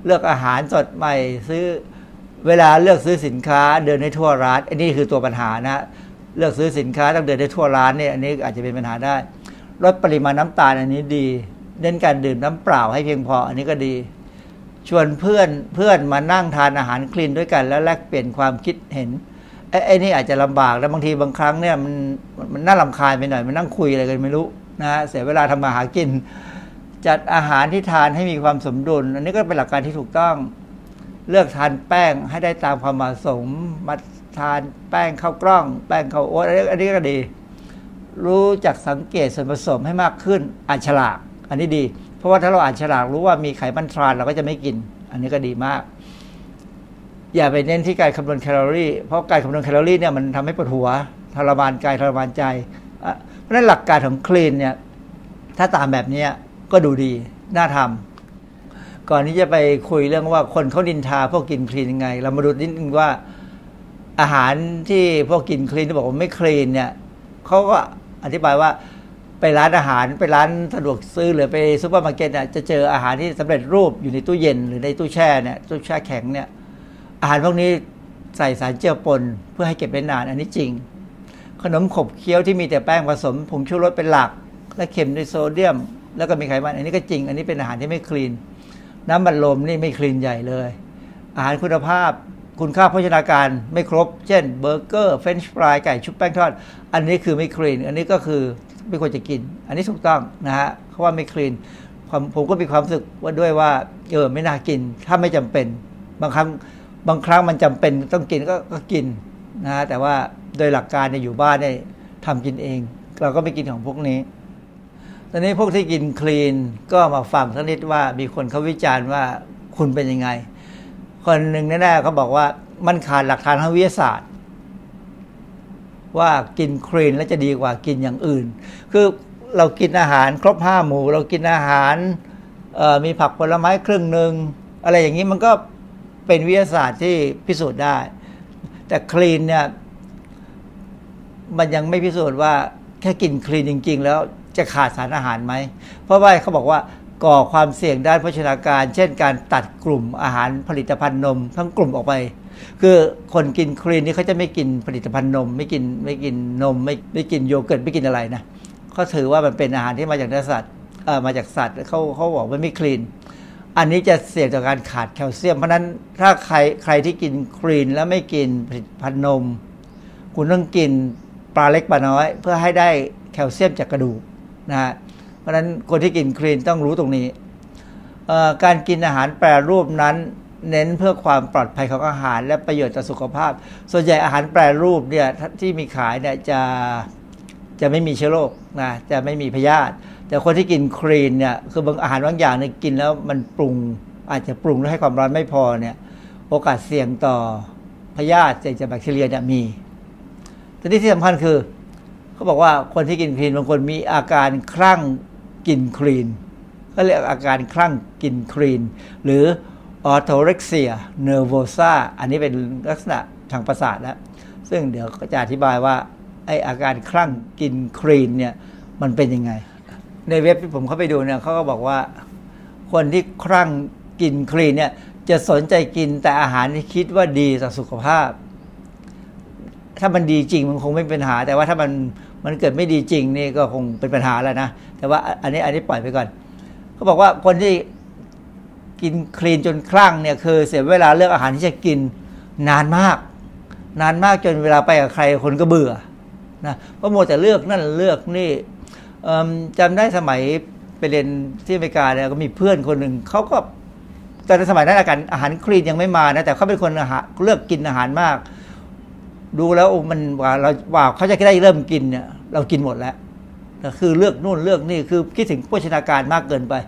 เลือกอาหารสดใหม่ซื้อเวลาเลือกซื้อสินค้าเดินให้ทั่วร้านอันนี้คือตัวปัญหานะเลือกซื้อสินค้าต้องเดินให้ทั่วร้านเนี่ยอันนี้อาจจะเป็นปัญหาได้ลดปริมาณน้ำตาลอันนี้ดีเน้นการดื่มน้ำเปล่าให้เพียงพออันนี้ก็ดีชวนเพื่อนมานั่งทานอาหารคลีนด้วยกันแล้วแลกเปลี่ยนความคิดเห็นไอ้นี่อาจจะลำบากแล้วบางทีบางครั้งเนี่ยมันน่ารำคาญไปหน่อยมันนั่งคุยอะไรกันไม่รู้นะเสียเวลาทำมาหากินจัดอาหารที่ทานให้มีความสมดุลอันนี้ก็เป็นหลักการที่ถูกต้องเลือกทานแป้งให้ได้ตามความเหมาะสมมาทานแป้งข้าวกล้องแป้งข้าวโอ๊ตอันนี้ก็ดีรู้จักสังเกตส่วนผสมให้มากขึ้นอ่านฉลากอันนี้ดีเพราะว่าถ้าเราอ่านฉลากรู้ว่ามีไขมันทรานเราก็จะไม่กินอันนี้ก็ดีมากอย่าไปเน้นที่การคำนวณแคลอรี่เพราะการคำนวณแคลอรี่เนี่ยมันทำให้ปวดหัวทรมานกายทรมานใจเพราะฉะนั้นหลักการของคลีนเนี่ยถ้าตามแบบนี้ก็ดูดีน่าทำก่อนนี้จะไปคุยเรื่องว่าคนเขานินทาพวกกินคลีนยังไงเรามาดูนิดนึงว่าอาหารที่พวกกินคลีนที่บอกว่าไม่คลีนเนี่ยเขาก็อธิบายว่าไปร้านอาหารไปร้านสะดวกซื้อหรือไปซุปเปอร์มาร์เก็ตเนี่ยจะเจออาหารที่สำเร็จรูปอยู่ในตู้เย็นหรือในตู้แช่เนี่ยตู้แช่แข็งเนี่ยอาหารพวกนี้ใส่สารเจือปนเพื่อให้เก็บได้นานอันนี้จริงขนมขบเคี้ยวที่มีแต่แป้งผสมผงชูรสเป็นหลักและเค็มด้วยโซเดียมแล้วก็มีไขมันอันนี้ก็จริงอันนี้เป็นอาหารที่ไม่คลีนน้ำบัดลมนี่ไม่คลีนใหญ่เลยอาหารคุณภาพคุณค่าโภชนาการไม่ครบเช่นเบอร์เกอร์เฟรนช์ฟรายไก่ชุบแป้งทอดอันนี้คือไม่คลีนอันนี้ก็คือไม่ควรจะกินอันนี้ถูกต้องนะฮะเขาว่าไม่คลีนผมก็มีความรู้สึกว่าด้วยว่าไม่น่ากินถ้าไม่จำเป็นบางครั้งมันจำเป็นต้องกินก็กินนะฮะแต่ว่าโดยหลักการเนี่ยอยู่บ้านเนี่ยทำกินเองเราก็ไม่กินของพวกนี้ตอนนี้พวกที่กินคลีนก็มาฟังสักนิดว่ามีคนเขาวิจารณ์ว่าคุณเป็นยังไงคนหนึ่งแน่ๆเขาบอกว่ามันขาดหลักฐานทางวิทยาศาสตร์ว่ากินคลีนแล้วจะดีกว่ากินอย่างอื่นคือเรากินอาหารครบ5 หมู่เรากินอาหารมีผักผลไม้ครึ่งนึงอะไรอย่างนี้มันก็เป็นวิทยาศาสตร์ที่พิสูจน์ได้แต่คลีนเนี่ยมันยังไม่พิสูจน์ว่าแค่กินคลีนจริงๆแล้วจะขาดสารอาหารไหมเพราะว่าเขาบอกว่าก่อความเสี่ยงด้านโภชนาการเช่นการตัดกลุ่มอาหารผลิตภัณฑ์นมทั้งกลุ่มออกไปคือคนกินคลีนนี่เขาจะไม่กินผลิตภัณฑ์นมไม่กินนมไม่กินโยเกิร์ตไม่กินอะไรนะเขาถือว่ามันเป็นอาหารที่มาจากเนื้อสัตว์มาจากสัตว์เขาบอกว่าไม่คลีนอันนี้จะเสี่ยงต่อการขาดแคลเซียมเพราะนั้นถ้าใครที่กินคลีนแล้วไม่กินผลิตภัณฑ์นมคุณต้องกินปลาเล็กปลาน้อยเพื่อให้ได้แคลเซียมจากกระดูกนะฮะเพราะฉะนั้นคนที่กินคลีนต้องรู้ตรงนี้การกินอาหารแปรรูปนั้นเน้นเพื่อความปลอดภัยของอาหารและประโยชน์ต่อสุขภาพส่วนใหญ่อาหารแปรรูปเนี่ยที่มีขายเนี่ยจะไม่มีเชื้อโรคนะจะไม่มีพยาธิแต่คนที่กินคลีนเนี่ยคือบางอาหารบางอย่างเนี่ยกินแล้วมันปรุงอาจจะปรุงแล้วให้ความร้อนไม่พอเนี่ยโอกาสเสี่ยงต่อพยาธิเสี่ยงจากแบคทีเรียเนี่ยมีแต่ที่สำคัญคือเขาบอกว่าคนที่กินคลีนบางคนมีอาการคลั่งกินคลีนเขาเรียกอาการคลั่งกินคลีนหรือออโทเร็กเซียเนอร์โวซาอันนี้เป็นลักษณะทางประสาทแล้วซึ่งเดี๋ยวก็จะอธิบายว่าไออาการคลั่งกินคลีนเนี่ยมันเป็นยังไงในเว็บที่ผมเข้าไปดูเนี่ยเขาก็บอกว่าคนที่คลั่งกินคลีนเนี่ยจะสนใจกินแต่อาหารที่คิดว่าดีต่อสุขภาพถ้ามันดีจริงมันคงไม่เป็นปัญหาแต่ว่าถ้ามันเกิดไม่ดีจริงนี่ก็คงเป็นปัญหาแล้วนะแต่ว่าอันนี้ปล่อยไปก่อนเขาบอกว่าคนที่กินคลีนจนคลั่งเนี่ยคือเสียเวลาเลือกอาหารที่จะกินนานมากจนเวลาไปกับใครคนก็เบื่อนะเพราะมัวแต่เลือกนั่นเลือกนี่จำได้สมัยไปเรียนที่อเมริกาเนี่ยก็มีเพื่อนคนหนึ่งเขาก็แต่ในสมัยนั้นอาหารคลีนยังไม่มานะแต่เขาเป็นคนเลือกกินอาหารมากดูแล้วมันว่าเขาจะได้เริ่มกินเนี่ยเรากินหมดแล้วคือเลือกนู่นเลือกนี่คือคิดถึงโภชนาการมากเกินไป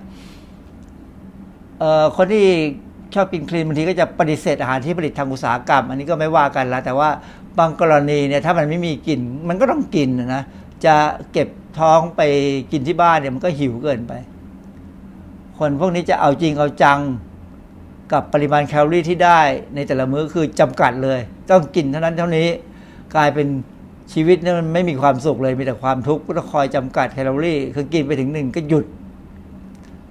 คนที่ชอบกินคลีนบางทีก็จะปฏิเสธอาหารที่ผลิตทางอุตสาหกรรมอันนี้ก็ไม่ว่ากันแล้วแต่ว่าบางกรณีเนี่ยถ้ามันไม่มีกินมันก็ต้องกินนะจะเก็บท้องไปกินที่บ้านเนี่ยมันก็หิวเกินไปคนพวกนี้จะเอาจริงเอาจังกับปริมาณแคลอรี่ที่ได้ในแต่ละมื้อคือจำกัดเลยต้องกินเท่านั้นเท่านี้กลายเป็นชีวิตเนี่ยมันไม่มีความสุขเลยมีแต่ความทุกข์ก็ต้องคอยจำกัดแคลอรี่คือกินไปถึง1ก็หยุด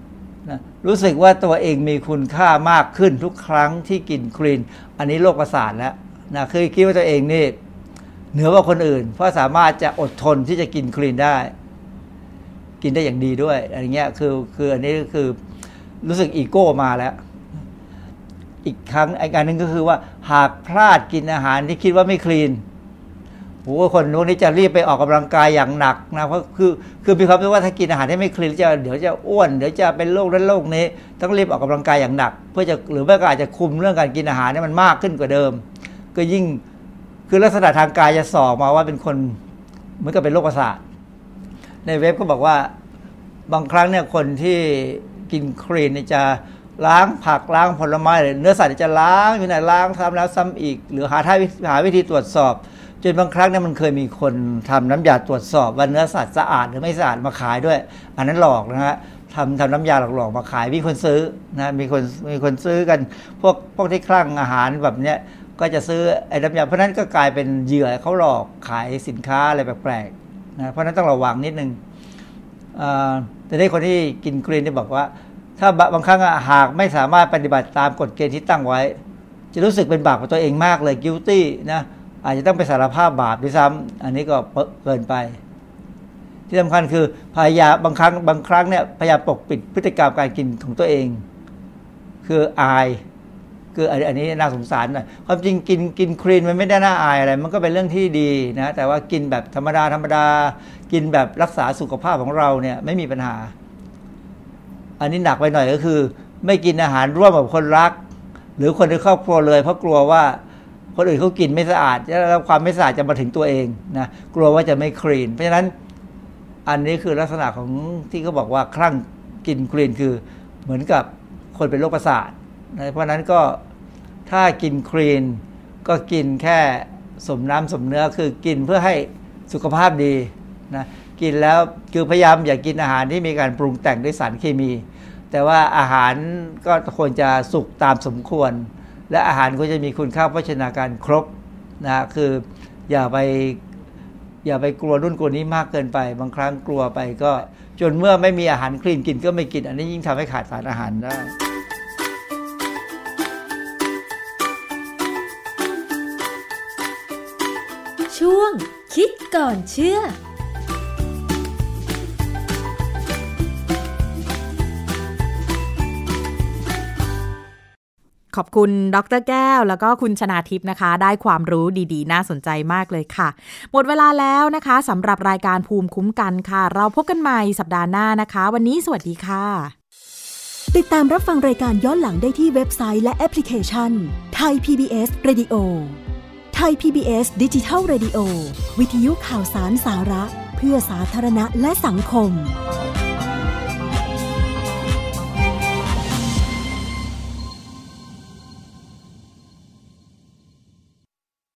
นะรู้สึกว่าตัวเองมีคุณค่ามากขึ้นทุกครั้งที่กินคลีนอันนี้โรคประสาทแล้วนะคือคิดว่าตัวเองนี่เหนือกว่าคนอื่นเพราะสามารถจะอดทนที่จะกินคลีนได้กินได้อย่างดีด้วยอะไรเงี้ยคืออันนี้คือรู้สึกอีโก้มาแล้วอีกครั้งอีกอันนึงก็คือว่าหากพลาดกินอาหารที่คิดว่าไม่คลีนโอ้คนพวกนี้จะรีบไปออกกำลังกายอย่างหนักนะเพราะคือมีความรู้ว่าถ้ากินอาหารที่ไม่คลีนเดี๋ยวจะอ้วนเดี๋ยวจะเป็นโรคนั้นโรคนี้ต้องรีบออกกำลังกายอย่างหนักเพื่อจะหรือไม่ก็อาจจะคุมเรื่องการกินอาหารให้มันมากขึ้นกว่าเดิมก็ยิ่งคือลักษณะทางกายจะส่อมาว่าเป็นคนเหมือนกับเป็นโรคประสาทในเว็บก็บอกว่าบางครั้งเนี่ยคนที่กินคลีนเนี่ยจะล้างผักล้างผลไม้หรือเนื้อสัตว์จะล้างอยู่ไหนล้างซ้ำแล้วซ้ำอีกหรือหาวิธีตรวจสอบจนบางครั้งเนี่ยมันเคยมีคนทำน้ำยาตรวจสอบว่าเนื้อสัตว์สะอาดหรือไม่สะอาดมาขายด้วยอันนั้นหลอกนะฮะทำน้ำยาหลอกมาขายมีคนซื้อนะมีคนซื้อกันพวกที่คลั่งอาหารแบบเนี้ยก็จะซื้อไอ้น้ำยาเพราะนั้นก็กลายเป็นเหยื่อเขาหลอกขายสินค้าอะไรแปลกๆนะเพราะนั้นต้องระวังนิดนึงแต่ได้คนที่กินคลีนได้บอกว่าถ้าบางครั้งหากไม่สามารถปฏิบัติตามกฎเกณฑ์ที่ตั้งไว้จะรู้สึกเป็นบาปกับตัวเองมากเลย guilty นะอาจจะต้องไปสารภาพบาปด้วยซ้ำอันนี้ก็เกินไปที่สำคัญคือพยายามบางครั้งเนี่ยพยายามปกปิดพฤติกรรมการกินของตัวเองคืออายคืออันนี้น่าสงสารหน่อยความจริงกินคลีนมันไม่ได้น่าอายอะไรมันก็เป็นเรื่องที่ดีนะแต่ว่ากินแบบธรรมดากินแบบรักษาสุขภาพของเราเนี่ยไม่มีปัญหาอันนี้หนักไปหน่อยก็คือไม่กินอาหารร่วมกับคนรักหรือคนในครอบครัวเลยเพราะกลัวว่าคนอื่นเขากินไม่สะอาดแล้วความไม่สะอาดจะมาถึงตัวเองนะกลัวว่าจะไม่คลีนเพราะฉะนั้นอันนี้คือลักษณะของที่เขาบอกว่าคลั่งกินคลีนคือเหมือนกับคนเป็นโรคประสาทนะเพราะฉะนั้นก็ถ้ากินคลีนก็กินแค่สมน้ำสมเนื้อคือกินเพื่อให้สุขภาพดีนะกินแล้วคือพยายามอย่ากินอาหารที่มีการปรุงแต่งด้วยสารเคมีแต่ว่าอาหารก็ควรจะสุกตามสมควรและอาหารควรจะมีคุณค่าโภชนาการครบนะคืออย่าไปกลัวรุ่นกลัวนี้มากเกินไปบางครั้งกลัวไปก็จนเมื่อไม่มีอาหารคลีนกินก็ไม่กินอันนี้ยิ่งทำให้ขาดสารอาหารได้ช่วงคิดก่อนเชื่อขอบคุณดร.แก้วแล้วก็คุณชนาทิพย์นะคะได้ความรู้ดีๆน่าสนใจมากเลยค่ะหมดเวลาแล้วนะคะสำหรับรายการภูมิคุ้มกันค่ะเราพบกันใหม่สัปดาห์หน้านะคะวันนี้สวัสดีค่ะติดตามรับฟังรายการย้อนหลังได้ที่เว็บไซต์และแอปพลิเคชัน Thai PBS Radio Thai PBS Digital Radio วิทยุข่าวสารสาระเพื่อสาธารณะและสังคม